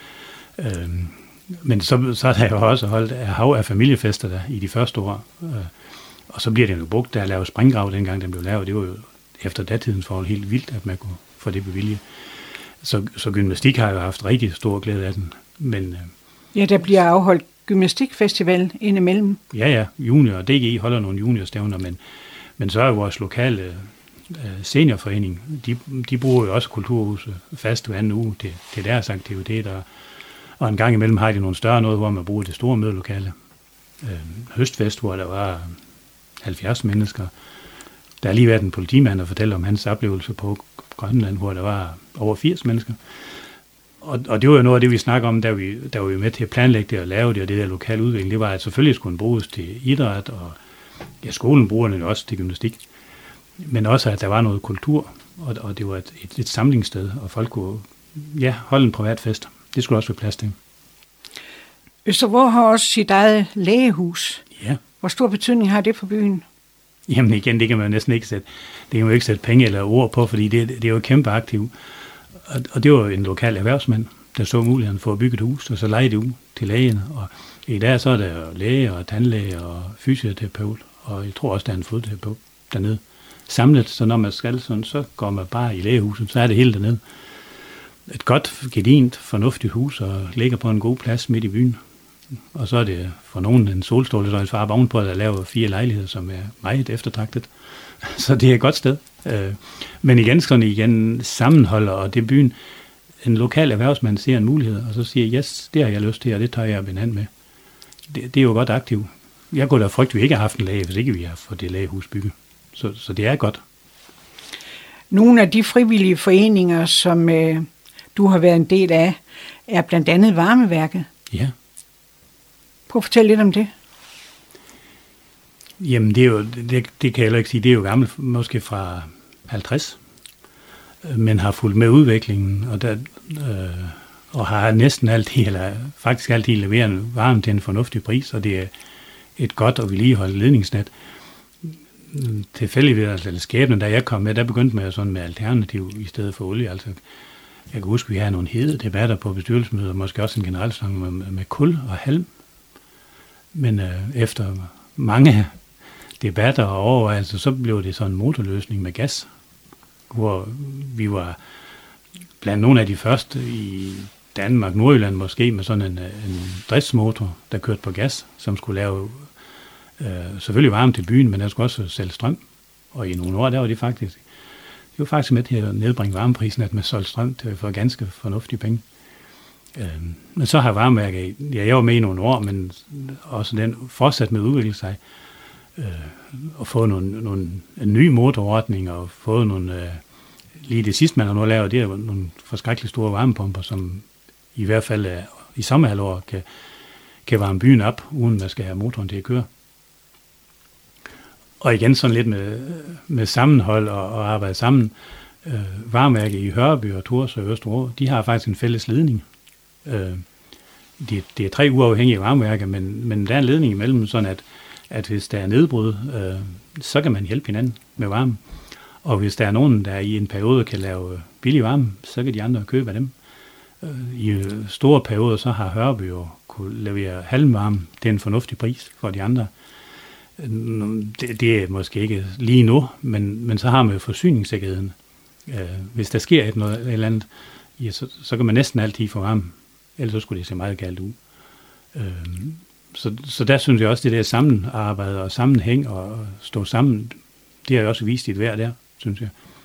Men så er der jo også holdt hav af familiefester der i de første år. Og så bliver det jo brugt, der er lavet springgrav dengang den blev lavet. Det var jo efter datidens forhold helt vildt, at man kunne få det bevilget. Så gymnastik har jo haft rigtig stor glæde af den. Men, ja, der bliver afholdt gymnastikfestival indimellem. Ja, junior og DGI holder nogle juniorstævner, men så er jo vores lokale seniorforening, de bruger jo også kulturhuset fast hver anden uge til deres aktiviteter. Og en gang imellem har de nogle større noget, hvor man bruger det store mødelokale. Høstfest, hvor der var 70 mennesker. Der har lige været en politimand, der fortæller om hans oplevelse på Grønland, hvor der var over 80 mennesker. Og det var jo noget af det, vi snakker om, der var vi med til at planlægge det og lave det, og det der lokale udvikling. Det var, at selvfølgelig skulle den bruges til idræt, og ja, skolen bruger den jo også til gymnastik. Men også, at der var noget kultur, og det var et samlingssted, og folk kunne holde en privat fest. Det skulle også være plads til. Østervrå har også sit eget lægehus. Ja. Hvor stor betydning har det for byen? Jamen igen, det kan man jo næsten ikke sætte. Det kan man jo ikke sætte penge eller ord på, fordi det er jo kæmpe aktivt. Og det var en lokal erhvervsmand, der så muligheden for at bygge et hus, og så lejede det ud til lægen. Og i dag så er der læge og tandlæge og fysioterapeut, og jeg tror også, der er en fodterapeut dernede. Samlet, så når man skal sådan, så går man bare i lægehuset, så er det hele dernede. Et godt, gedint, fornuftigt hus, og ligger på en god plads midt i byen. Og så er det for nogen en solstol, så er et far ovenpå, der laver 4 lejligheder, som er meget eftertragtet. Så det er et godt sted. Men igen sammenholder, og det byen, en lokal erhvervsmand ser en mulighed, og så siger, yes, det har jeg lyst til, og det tager jeg en hand med. Det er jo godt aktivt. Jeg kunne da frygte, at vi ikke har haft en læge, hvis ikke vi har fået det lægehus bygget. Så det er godt. Nogle af de frivillige foreninger, som du har været en del af, er blandt andet Varmeværket. Ja. Prøv at fortælle lidt om det. Jamen, det er jo, det kan jeg heller ikke sige, det er jo gammelt, måske fra 50, men har fulgt med udviklingen, og har næsten altid, eller faktisk altid leveret varme til en fornuftig pris, og det er et godt og vedligeholdt ledningsnet. Tilfældigvis, eller skæbnen, da jeg kom med, der begyndte man sådan med alternativ i stedet for olie. Altså, jeg kan huske, vi havde nogle hede debatter på bestyrelsesmøder, måske også en generalsang med kul og halm. Men efter mange debatter og overvejelser, så blev det sådan en motorløsning med gas, hvor vi var blandt nogle af de første i Danmark, Nordjylland måske, med sådan en driftsmotor, der kørte på gas, som skulle lave selvfølgelig varme til byen, men der skulle også sælge strøm. Og i nogle år, der var det var faktisk med til at nedbringe varmeprisen, at man solgte strøm for ganske fornuftige penge. Men så har Varmeværket, jeg var med i nogle år, men også den fortsat med at udvikle sig, og få en ny motorordning, og fået nogle, lige det sidste man har nu lavet, det er nogle forskrækkeligt store varmepumper, som i hvert fald i sommerhalvår kan varme byen op, uden man skal have motoren til at køre. Og igen sådan lidt med sammenhold og arbejde sammen. Varmeværket i Hørby og Tours og Østervrå, de har faktisk en fælles ledning. Det er 3 uafhængige varmeværker, men der er en ledning imellem, sådan at hvis der er nedbrud, så kan man hjælpe hinanden med varme. Og hvis der er nogen, der i en periode kan lave billig varme, så kan de andre købe af dem. I store perioder, så har Hørby jo kunne levere halmvarme. Det er en fornuftig pris for de andre. Det er måske ikke lige nu, men så har man jo forsyningssikkerheden. Hvis der sker et eller andet, ja, så kan man næsten altid få varme. Ellers så skulle det se meget galt ud. Så der synes jeg også, det der sammenarbejde og sammenhæng og stå sammen, det har jo også vist i et vejr der, synes jeg.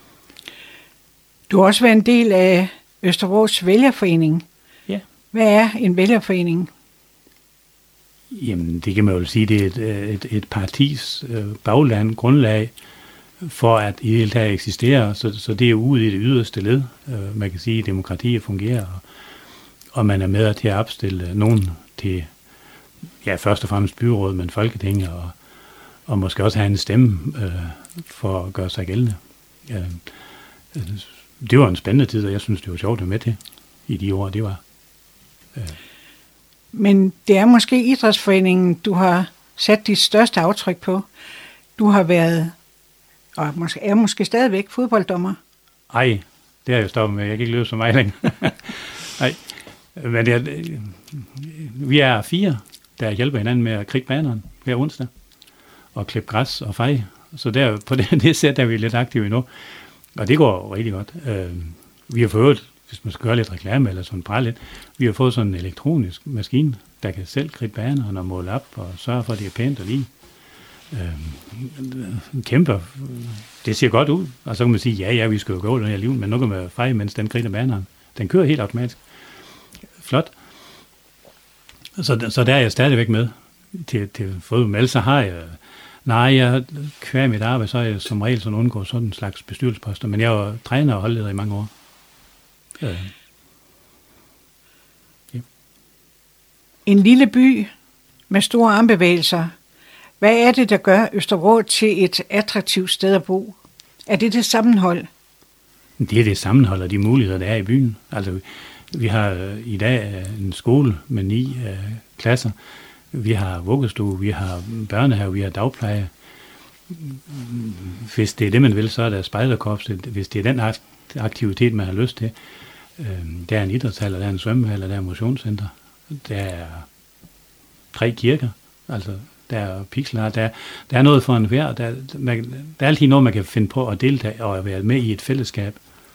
Du har også været en del af Østervrås vælgerforening. Ja. Hvad er en vælgerforening? Jamen, det kan man jo sige, det er et partis bagland, grundlag for at i hele taget eksistere, så det er ude i det yderste led. Man kan sige, at demokratiet fungerer, og man er med til at opstille nogen til, ja, først og fremmest byråd, men Folketinget, og måske også have en stemme for at gøre sig gældende. Det var en spændende tid, og jeg synes, det var sjovt at være med til i de år, det var. Men det er måske idrætsforeningen, du har sat dit største aftryk på. Du har været, og er måske stadigvæk, fodbolddommer. Ej, det har jeg stoppet med. Jeg kan ikke løbe så meget længere. Nej, men vi er 4, der hjælper hinanden med at kridte banerne hver onsdag, og klippe græs og feje. Så der, på det sæt er vi lidt aktive endnu, og det går rigtig godt. Vi har fået, hvis man skal gøre lidt reklame eller sådan bare lidt, vi har fået sådan en elektronisk maskine, der kan selv kridte banerne og måle op og sørge for, at det er pænt og lige. Kæmper, det ser godt ud, og så kan man sige, ja, vi skal jo gå den her liv, men nu kan man feje, mens den kridter banerne. Den kører helt automatisk. Flot. Så der er jeg stadigvæk med til fodbold. Men ellers så har jeg kvær mit arbejde, så er jeg som regel sådan undgået sådan en slags bestyrelsesposter, men jeg var træner og holdleder i mange år. Ja. En lille by med store armbevægelser. Hvad er det, der gør Østervrå til et attraktivt sted at bo? Er det sammenhold? Det er det sammenhold og de muligheder, der er i byen. Altså, vi har i dag en skole med 9 klasser. Vi har vuggestue, vi har børnehave, vi har dagpleje. Hvis det er det, man vil, så er der spejderkorps. Hvis det er den aktivitet, man har lyst til. Der er en idrætshal, der er en svømmehal, der er en motionscenter. Der er 3 kirker. Altså, der er pixler, der er noget for enhver. Der er altid noget, man kan finde på at deltage og at være med i et fællesskab.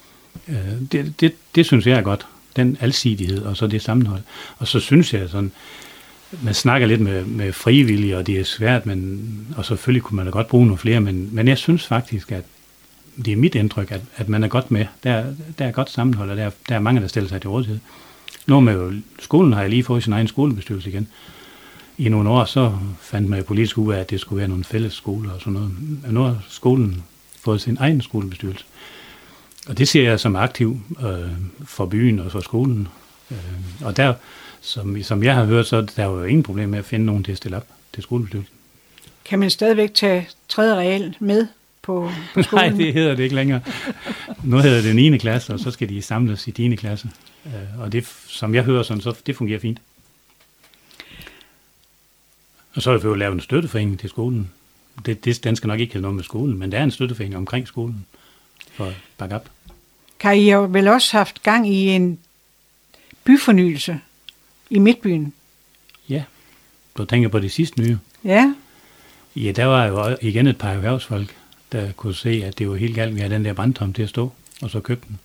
Det synes jeg er godt. Den alsidighed og så det sammenhold. Og så synes jeg sådan, man snakker lidt med frivillige, og det er svært, og selvfølgelig kunne man da godt bruge nogle flere, men jeg synes faktisk, at det er mit indtryk, at man er godt med. Der er godt sammenhold, og der er mange, der stiller sig til rådighed. Nu med skolen har jeg lige fået sin egen skolebestyrelse igen. I nogle år så fandt man politisk ud af, at det skulle være nogle fælles skoler og sådan noget. Og nu har skolen fået sin egen skolebestyrelse. Og det ser jeg som aktiv for byen og for skolen. Og der, som jeg har hørt, så der er jo ingen problem med at finde nogen til at stille op til skolebestyrelsen. Kan man stadigvæk tage 3. real med på skolen? Nej, det hedder det ikke længere. Nu hedder det 9. klasse, og så skal de samles i 10. klasse. Og det, som jeg hører sådan, så det fungerer fint. Og så har vi jo lavet en støtteforening til skolen. Den skal nok ikke have noget med skolen, men der er en støtteforening omkring skolen for at bakke op. Kan I jo vel også haft gang i en byfornyelse i Midtbyen? Ja, du tænker på det sidste nye. Ja. Ja, der var jo igen et par erhvervsfolk, der kunne se, at det var helt galt, vi havde den der brandtom til at stå, og så købte den.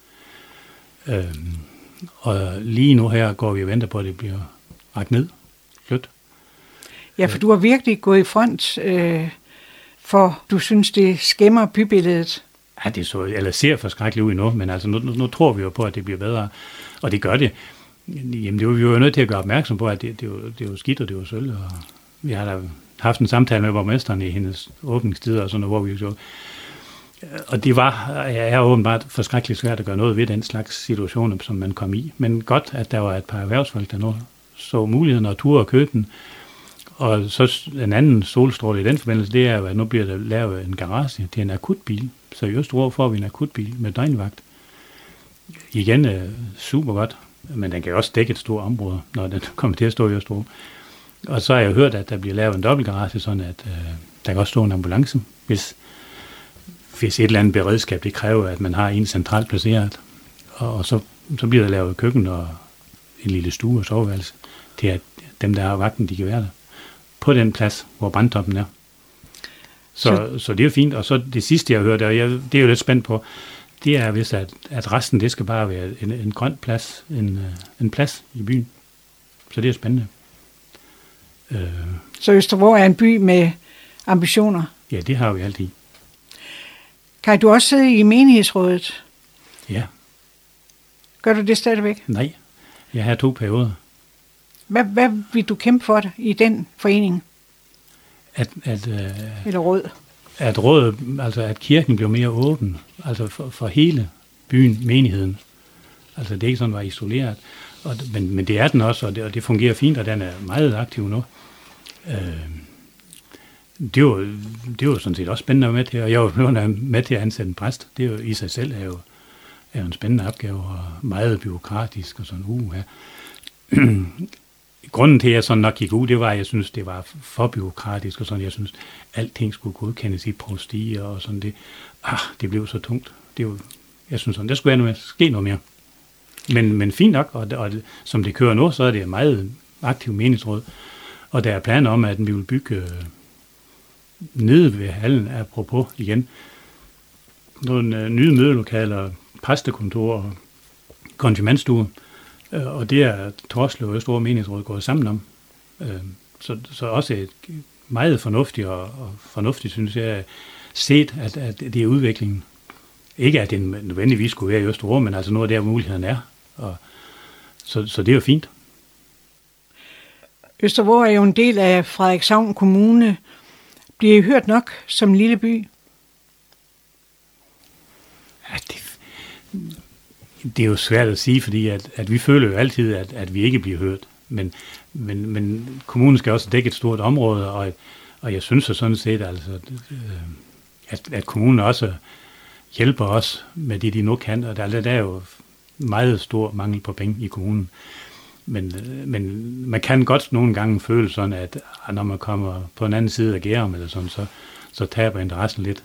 Og lige nu her går vi og venter på, at det bliver rakt ned, flyt. Ja, for du har virkelig gået i front, for du synes, det skæmmer bybilledet. Ja, det ser forskrækkeligt ud endnu, men altså nu tror vi jo på, at det bliver bedre, og det gør det. Jamen, det var vi jo nødt til at gøre opmærksom på, at det var skidt, og det var sølv, og vi har da haft en samtale med borgmesteren i hendes åbningstider, og sådan noget, hvor vi jo. Og det er åbenbart forskrækkeligt svært at gøre noget ved den slags situationer, som man kom i. Men godt, at der var et par erhvervsfolk, der nu så muligheden og turde at købe den. Og så en anden solstråle i den forbindelse, det er jo, at nu bliver der lavet en garage til en akutbil. Så i Østervrå får vi en akutbil med døgnvagt. Igen super godt, men den kan også dække et stort område, når den kommer til at stå i Østervrå. Og så har jeg hørt, at der bliver lavet en dobbeltgarage, sådan at der kan også stå en ambulance, hvis et eller andet beredskab, det kræver, at man har en centralt placeret. Og så bliver der lavet køkken og en lille stue og soveværelse, til at dem, der har vagten, de kan være der. På den plads, hvor brandtoppen er. Så det er jo fint. Og så det sidste, jeg har hørt, og det er jo lidt spændt på, det er vist, at resten, det skal bare være en grøn plads, en plads i byen. Så det er spændende. Så Østervrå er en by med ambitioner? Ja, det har vi altid. Kan du også sidde i menighedsrådet? Ja. Gør du det stadigvæk? Nej, jeg har 2 perioder. Hvad vil du kæmpe for dig i den forening? Eller råd? At rådet, altså at kirken bliver mere åben, altså for hele byen, menigheden. Altså det er ikke sådan, var isoleret. Men det er den også, og det fungerer fint, og den er meget aktiv nu. Det var sådan set også spændende at være med til, og jeg var blevet med til at ansætte en præst. Det er jo i sig selv er jo en spændende opgave, og meget bureaukratisk og sådan. Ja. Grunden til, at jeg sådan nok gik ud, det var, at jeg synes, det var for bureaukratisk, og sådan, jeg synes, alting skulle godkendes i provstier og sådan det. Det blev så tungt. Jeg synes sådan, der skulle ske noget mere. Men fint nok, og som det kører nu, så er det meget aktiv menighedsråd, og der er planer om, at vi vil bygge nede ved hallen, apropos igen, nogle nye mødelokaler, præstekontor og konfirmandstue, og det er Torslev og Østervrå menighedsråd gået sammen om. Så også et meget fornuftigt, og fornuftigt, synes jeg, set, at det er udviklingen. Ikke at det nødvendigvis skulle være i Østervrå, men altså noget der, hvor muligheden er. Så det er jo fint. Østervrå er jo en del af Frederikshavn Kommune. Bliver I hørt nok som en lille by? Ja, det er jo svært at sige, fordi at vi føler jo altid, at vi ikke bliver hørt. Men kommunen skal også dække et stort område, og jeg synes sådan set, altså, at kommunen også hjælper os med det, de nu kan. Og der er jo meget stor mangel på penge i kommunen. Men man kan godt nogle gange føle sådan, at når man kommer på en anden side af Gærum, eller sådan, så taber interessen lidt.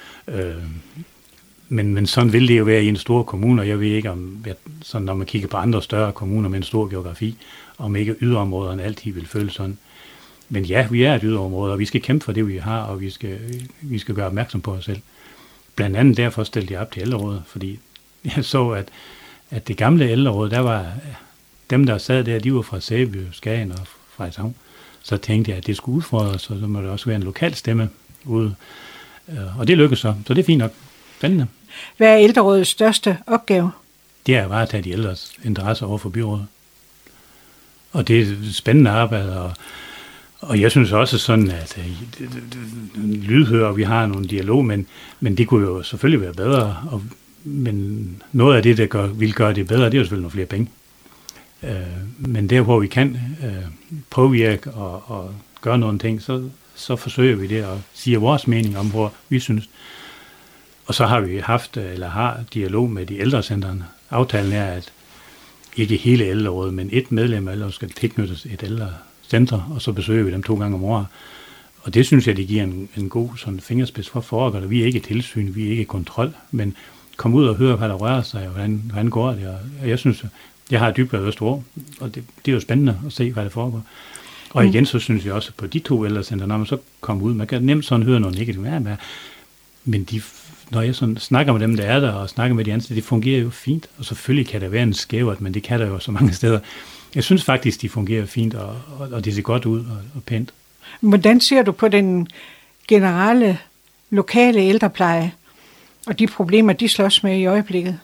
Men sådan vil det jo være i en stor kommune, og jeg ved ikke, om sådan, når man kigger på andre større kommuner med en stor geografi, om ikke yderområderne altid vil føle sådan. Men ja, vi er et yderområde, og vi skal kæmpe for det, vi har, og vi skal gøre opmærksom på os selv. Blandt andet derfor stillede jeg op til ældrerådet, fordi jeg så, at det gamle ældreråd, der var dem, der sad der, de var fra Sæby, Skagen og Frederikshavn. Så tænkte jeg, at det skulle udfordres, og så må det også være en lokal stemme ude. Og det lykkedes så det er fint nok. Spændende. Hvad er ældrerådets største opgave? Det er bare at tage de ældres interesser over for byrådet. Og det er spændende arbejde, og jeg synes også sådan, at lydhør, vi har nogle dialog, men det kunne jo selvfølgelig være bedre. Men noget af det, der vil gøre det bedre, det er jo selvfølgelig nogle flere penge. Men der, hvor vi kan påvirke og gøre nogle ting, så forsøger vi det og siger vores mening om, hvor vi synes. Og så har vi har dialog med de ældrecentrene. Aftalen er, at ikke hele ældrerådet, men et medlem af ældre skal tilknyttes et ældrecenter, og så besøger vi dem 2 gange om året. Og det synes jeg, det giver en god sådan fingerspids for foregået. Vi er ikke tilsyn, vi er ikke kontrol, men kom ud og høre, hvad der rører sig, og hvordan går det. Og jeg synes, jeg har dybt været Østervrå, og det er jo spændende at se, hvad der foregår. Og igen, så synes jeg også på de 2 ældrecenter, når man så kommer ud, man kan nemt sådan høre noget negativt, men når jeg sådan snakker med dem, der er der, og snakker med de ansatte, det fungerer jo fint, og selvfølgelig kan der være en skævert, men det kan der jo så mange steder. Jeg synes faktisk, de fungerer fint, og det ser godt ud og pænt. Hvordan ser du på den generelle lokale ældrepleje, og de problemer, de slås med i øjeblikket?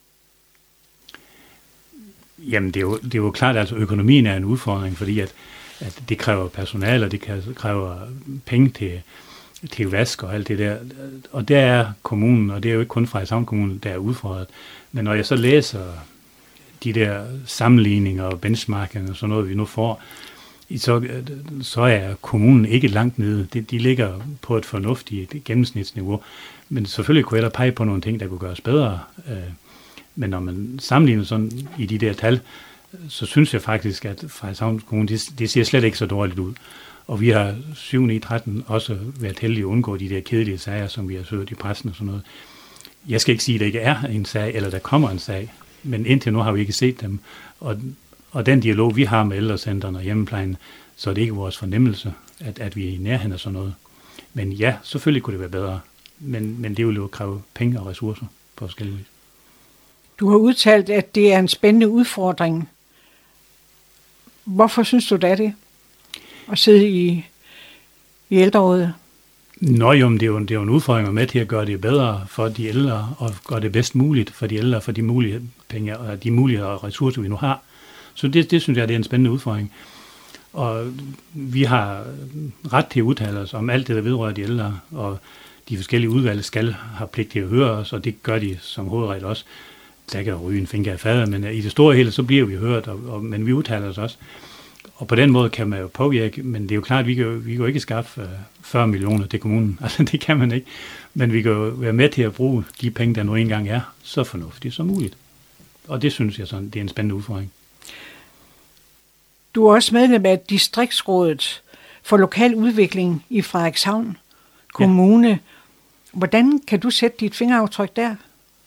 Jamen, det er jo klart, at altså, økonomien er en udfordring, fordi at det kræver personale, og det kræver penge til vask og alt det der. Og der er kommunen, og det er jo ikke kun Frederikshavn Kommune, der er udfordret. Men når jeg så læser de der sammenligninger og benchmarking og sådan noget, vi nu får, så er kommunen ikke langt nede. De ligger på et fornuftigt gennemsnitsniveau. Men selvfølgelig kunne jeg da pege på nogle ting, der kunne gøres bedre. Men når man sammenligner sådan i de der tal, så synes jeg faktisk, at Frederikshavn Kommune, det ser slet ikke så dårligt ud. Og vi har 7-9-13 også været heldige at undgå de der kedelige sager, som vi har søgt i pressen og sådan noget. Jeg skal ikke sige, at der ikke er en sag, eller der kommer en sag, men indtil nu har vi ikke set dem. Og den dialog, vi har med ældrecentrene og hjemmeplejen, så er det ikke vores fornemmelse, at vi er i nærheden af sådan noget. Men ja, selvfølgelig kunne det være bedre, men det vil jo kræve penge og ressourcer. på forskellige vis. Du har udtalt, at det er en spændende udfordring. Hvorfor synes du, det er det? At sidde i ældrerådet? Nå jo, men det er jo en udfordring med til at gøre det bedre for de ældre, og gøre det bedst muligt for de ældre, for de mulige penge og de muligheder og ressourcer, vi nu har. Så det synes jeg, det er en spændende udfordring. Og vi har ret til at udtale os om alt det, der vedrører de ældre, og de forskellige udvalg skal have pligt til at høre os, og det gør de som hovedregel også. Der kan ryge en finger af fader, men i det store hele, så bliver vi hørt, men vi udtaler os også. Og på den måde kan man jo påvirke, men det er jo klart, at vi kan jo ikke skaffe 40 millioner til kommunen. Altså det kan man ikke. Men vi kan jo være med til at bruge de penge, der nu engang er, så fornuftigt som muligt. Og det synes jeg sådan, det er en spændende udfordring. Du er også medlem af Distriktsrådet for Lokal Udvikling i Frederikshavn Kommune. Ja. Hvordan kan du sætte dit fingeraftryk der?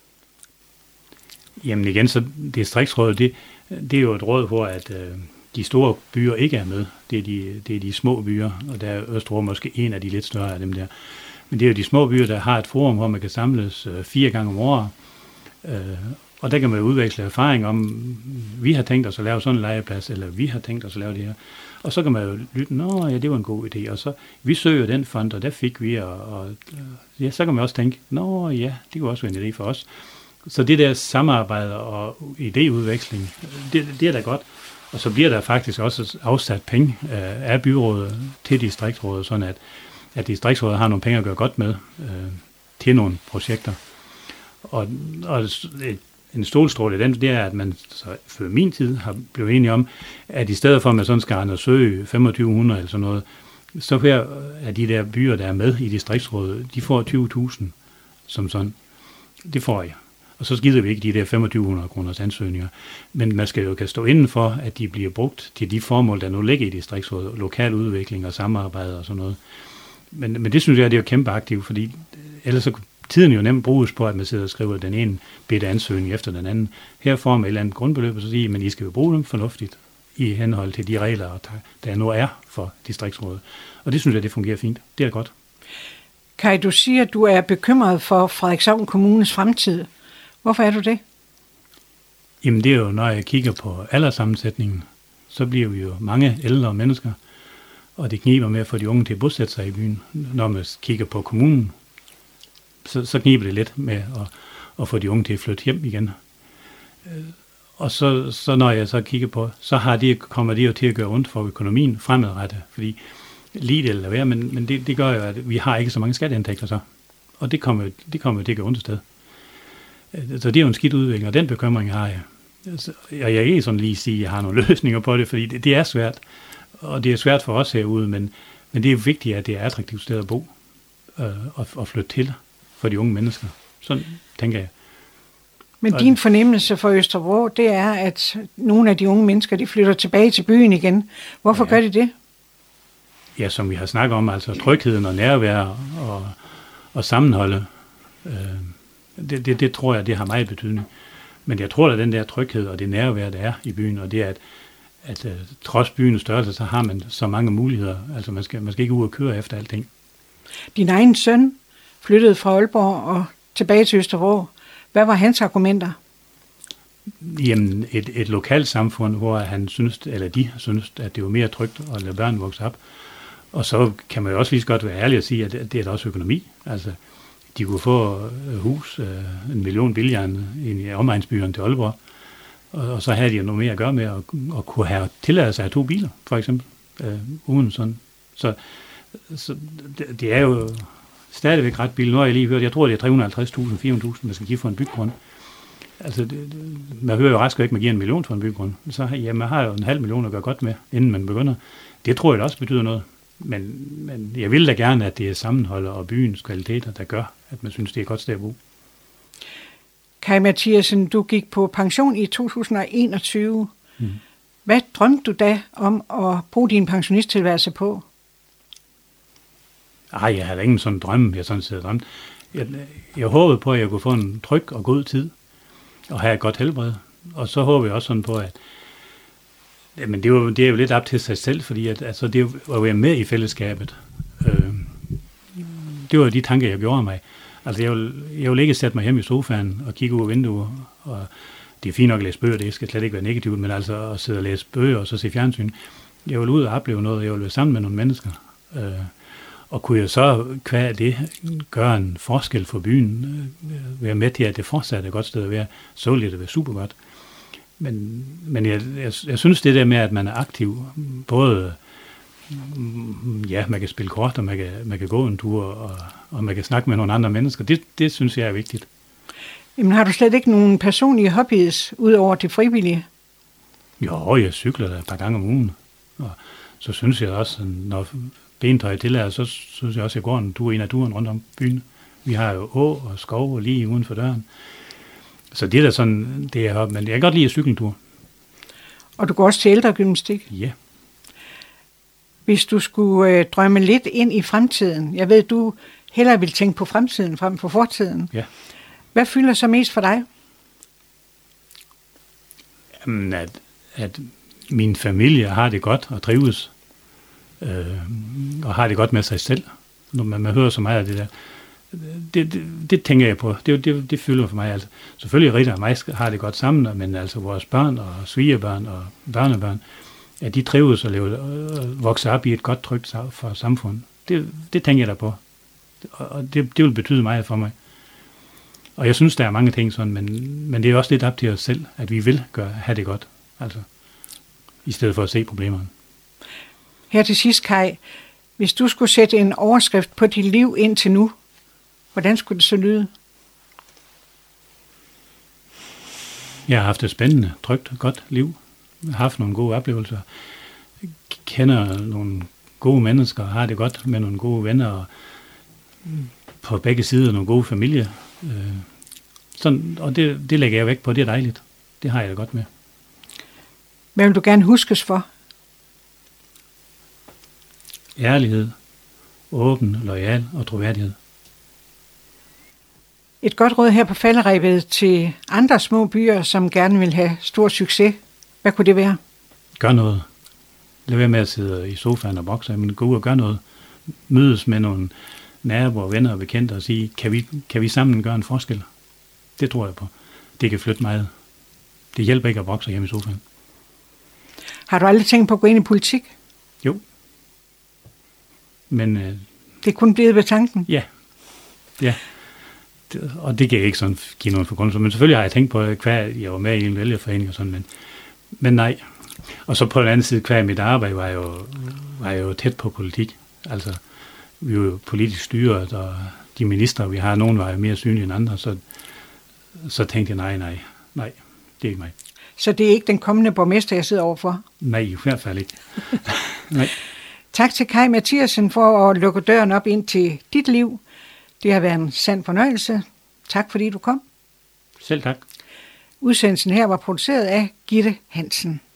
Jamen igen, så Distriktsrådet, det er jo et råd, hvor at de store byer ikke er med. Det er de små byer, og der er Østerå måske en af de lidt større af dem der. Men det er jo de små byer, der har et forum, hvor man kan samles 4 gange om året. Og der kan man udveksle erfaring om, vi har tænkt os at lave sådan en legeplads, eller vi har tænkt os at lave det her. Og så kan man jo lytte, ja, det var en god idé. Og så, vi søger den fond, og der fik vi, og ja, så kan man også tænke, ja, det kunne også være en idé for os. Så det der samarbejde og idéudveksling, det er da godt. Og så bliver der faktisk også afsat penge af byrådet til distriktsrådet, sådan at distriktsrådet har nogle penge at gøre godt med til nogle projekter. Og en stålstråle den, det er, at man så før min tid har blevet enige om, at i stedet for, at man sådan skal søge 2500 eller sådan noget, så hver af de der byer, der er med i distriktsrådet, de får 20.000 som sådan. Det får jeg. Og så skider vi ikke de der 2500 kroners ansøgninger. Men man skal jo kan stå inden for, at de bliver brugt til de formål, der nu ligger i distriktsrådet, lokal udvikling og samarbejde og sådan noget. Men det synes jeg, det er jo kæmpe aktivt, fordi ellers så tiden jo nemt bruges på, at man sidder og skriver den ene bitte ansøgning efter den anden. Her får man et eller andet grundbeløb, og så siger, men I skal jo bruge dem fornuftigt i henhold til de regler, der nu er for distriktsrådet. Og det synes jeg, det fungerer fint. Det er godt. Kai, du siger, at du er bekymret for Frederikshavn Kommunes fremtid. Hvorfor er du det? Jamen det er jo, når jeg kigger på alderssammensætningen, så bliver vi jo mange ældre mennesker, og det kniber med at få de unge til at bosætte sig i byen. Når man kigger på kommunen, så kniber det lidt med at få de unge til at flytte hjem igen. Og så når jeg så kigger på, så kommer det jo til at gøre ondt for økonomien fremadrettet, fordi lige eller være, men det gør jo, at vi har ikke så mange skatteindtægter så. Og det kommer til at gøre ondt et sted. Så det er jo en skidt udvikling, og den bekymring har jeg. Jeg kan ikke sådan lige sige, at jeg har nogle løsninger på det, fordi det er svært, og det er svært for os herude, men det er vigtigt, at det er et attraktivt sted at bo og flytte til for de unge mennesker. Sådan tænker jeg. Men din fornemmelse for Østervrå, det er, at nogle af de unge mennesker, de flytter tilbage til byen igen. Hvorfor gør de det? Ja, som vi har snakket om, altså trygheden og nærvær og sammenholdet. Det tror jeg, det har meget betydning. Men jeg tror, at den der tryghed og det nærvær, der er i byen, og det er, at trods byens størrelse, så har man så mange muligheder. Altså man skal ikke ud og køre efter alting. Din egen søn flyttede fra Aalborg og tilbage til Østervrå. Hvad var hans argumenter? Jamen, et lokalt samfund, hvor de synes, at det var mere trygt at lade børn vokse op. Og så kan man jo også lige så godt være ærlig og sige, at det er da også økonomi. Altså, de kunne få hus 1 million billigere end i omegnsbyerne til Aalborg. Og så havde de jo noget mere at gøre med at kunne have tilladet sig at 2 biler, for eksempel, uden sådan. Så det er jo stadigvæk ret billigt. Nu har jeg lige hørt, jeg tror, det er 350.000, 400.000, man skal give for en byggrund. Altså, man hører jo rask ikke, man giver 1 million for en byggrund. Så man har jo 500.000 at gøre godt med, inden man begynder. Det tror jeg også betyder noget. Men jeg vil da gerne, at det er sammenholdet og byens kvaliteter, der gør, at man synes, det er et godt sted at bo. Kai Mathiasen, du gik på pension i 2021. Hvad drømte du da om at bruge din pensionisttilværelse på? Jeg havde ingen sådan drømme, jeg sådan set drømte. Jeg håbede på, at jeg kunne få en tryg og god tid, og have et godt helbred. Og så håber jeg også sådan på, at men det er jo lidt op til sig selv, fordi det er jo at være med i fællesskabet. Det var de tanker, jeg gjorde mig. Altså, jeg vil ikke sætte mig hjem i sofaen og kigge ud af vinduet, og det er fint nok at læse bøger, det skal slet ikke være negativt, men altså at sidde og læse bøger og så se fjernsyn. Jeg vil ud og opleve noget, jeg vil være sammen med nogle mennesker. Og kunne jeg så, hvad det, gøre en forskel for byen, være med til, at det fortsat er et godt sted at være, så ville det være super godt. Men jeg synes det der med, at man er aktiv, både, ja, man kan spille kort, og man kan gå en tur, og man kan snakke med nogle andre mennesker, det synes jeg er vigtigt. Jamen har du slet ikke nogen personlige hobbies, ud over det frivillige? Jo, jeg cykler der et par gange om ugen, og så synes jeg også, når bentøjet tillader, så synes jeg også, at jeg går en tur i naturen rundt om byen. Vi har jo å og skov lige uden for døren. Så det er da sådan, det er, men jeg kan godt lide at cykle en tur. Og du går også til ældregymnastik? Ja. Hvis du skulle drømme lidt ind i fremtiden, jeg ved, du hellere vil tænke på fremtiden frem for fortiden. Ja. Hvad fylder så mest for dig? Jamen, at min familie har det godt og trives, og har det godt med sig selv. Når man hører så meget af det der, det tænker jeg på. Det fylder for mig. Altså. Selvfølgelig Rita og mig har det godt sammen, men altså vores børn og svigerbørn og børnebørn, at de trives og vokser op i et godt trygt for samfund. Det tænker jeg da på. Og det vil betyde meget for mig. Og jeg synes, der er mange ting sådan, men det er også lidt op til os selv, at vi vil have det godt. Altså, i stedet for at se problemerne. Her til sidst, Kai, hvis du skulle sætte en overskrift på dit liv indtil nu, hvordan skulle det så lyde? Jeg har haft et spændende, trygt, godt liv. Jeg har haft nogle gode oplevelser. Kender nogle gode mennesker, har det godt med nogle gode venner, og på begge sider nogle gode familier. Sådan, og det lægger jeg vægt på, det er dejligt. Det har jeg det godt med. Hvad vil du gerne huskes for? Ærlighed, åben, loyal og troværdighed. Et godt råd her på falderebet til andre små byer, som gerne vil have stor succes. Hvad kunne det være? Gør noget. Lad være med at sidde i sofaen og bokse, men gå ud og gør noget. Mødes med nogle naboer, venner og bekendte og sige, kan vi sammen gøre en forskel? Det tror jeg på. Det kan flytte meget. Det hjælper ikke at bokse hjemme i sofaen. Har du aldrig tænkt på at gå ind i politik? Jo. Men det er kun blevet ved tanken? Ja. Og det kan jeg ikke sådan give nogen forgrundelse. Men selvfølgelig har jeg tænkt på, at jeg var med i en vælgerforening og sådan, men nej. Og så på den anden side, hver mit arbejde var jo tæt på politik. Altså, vi er jo politisk styret, og de ministre, vi har, nogen var jo mere synlige end andre, så tænkte jeg, nej, det er ikke mig. Så det er ikke den kommende borgmester, jeg sidder overfor? Nej, i hvert fald ikke. Nej. Tak til Kai Mathiasen for at lukke døren op ind til dit liv. Det har været en sand fornøjelse. Tak fordi du kom. Selv tak. Udsendelsen her var produceret af Gitte Hansen.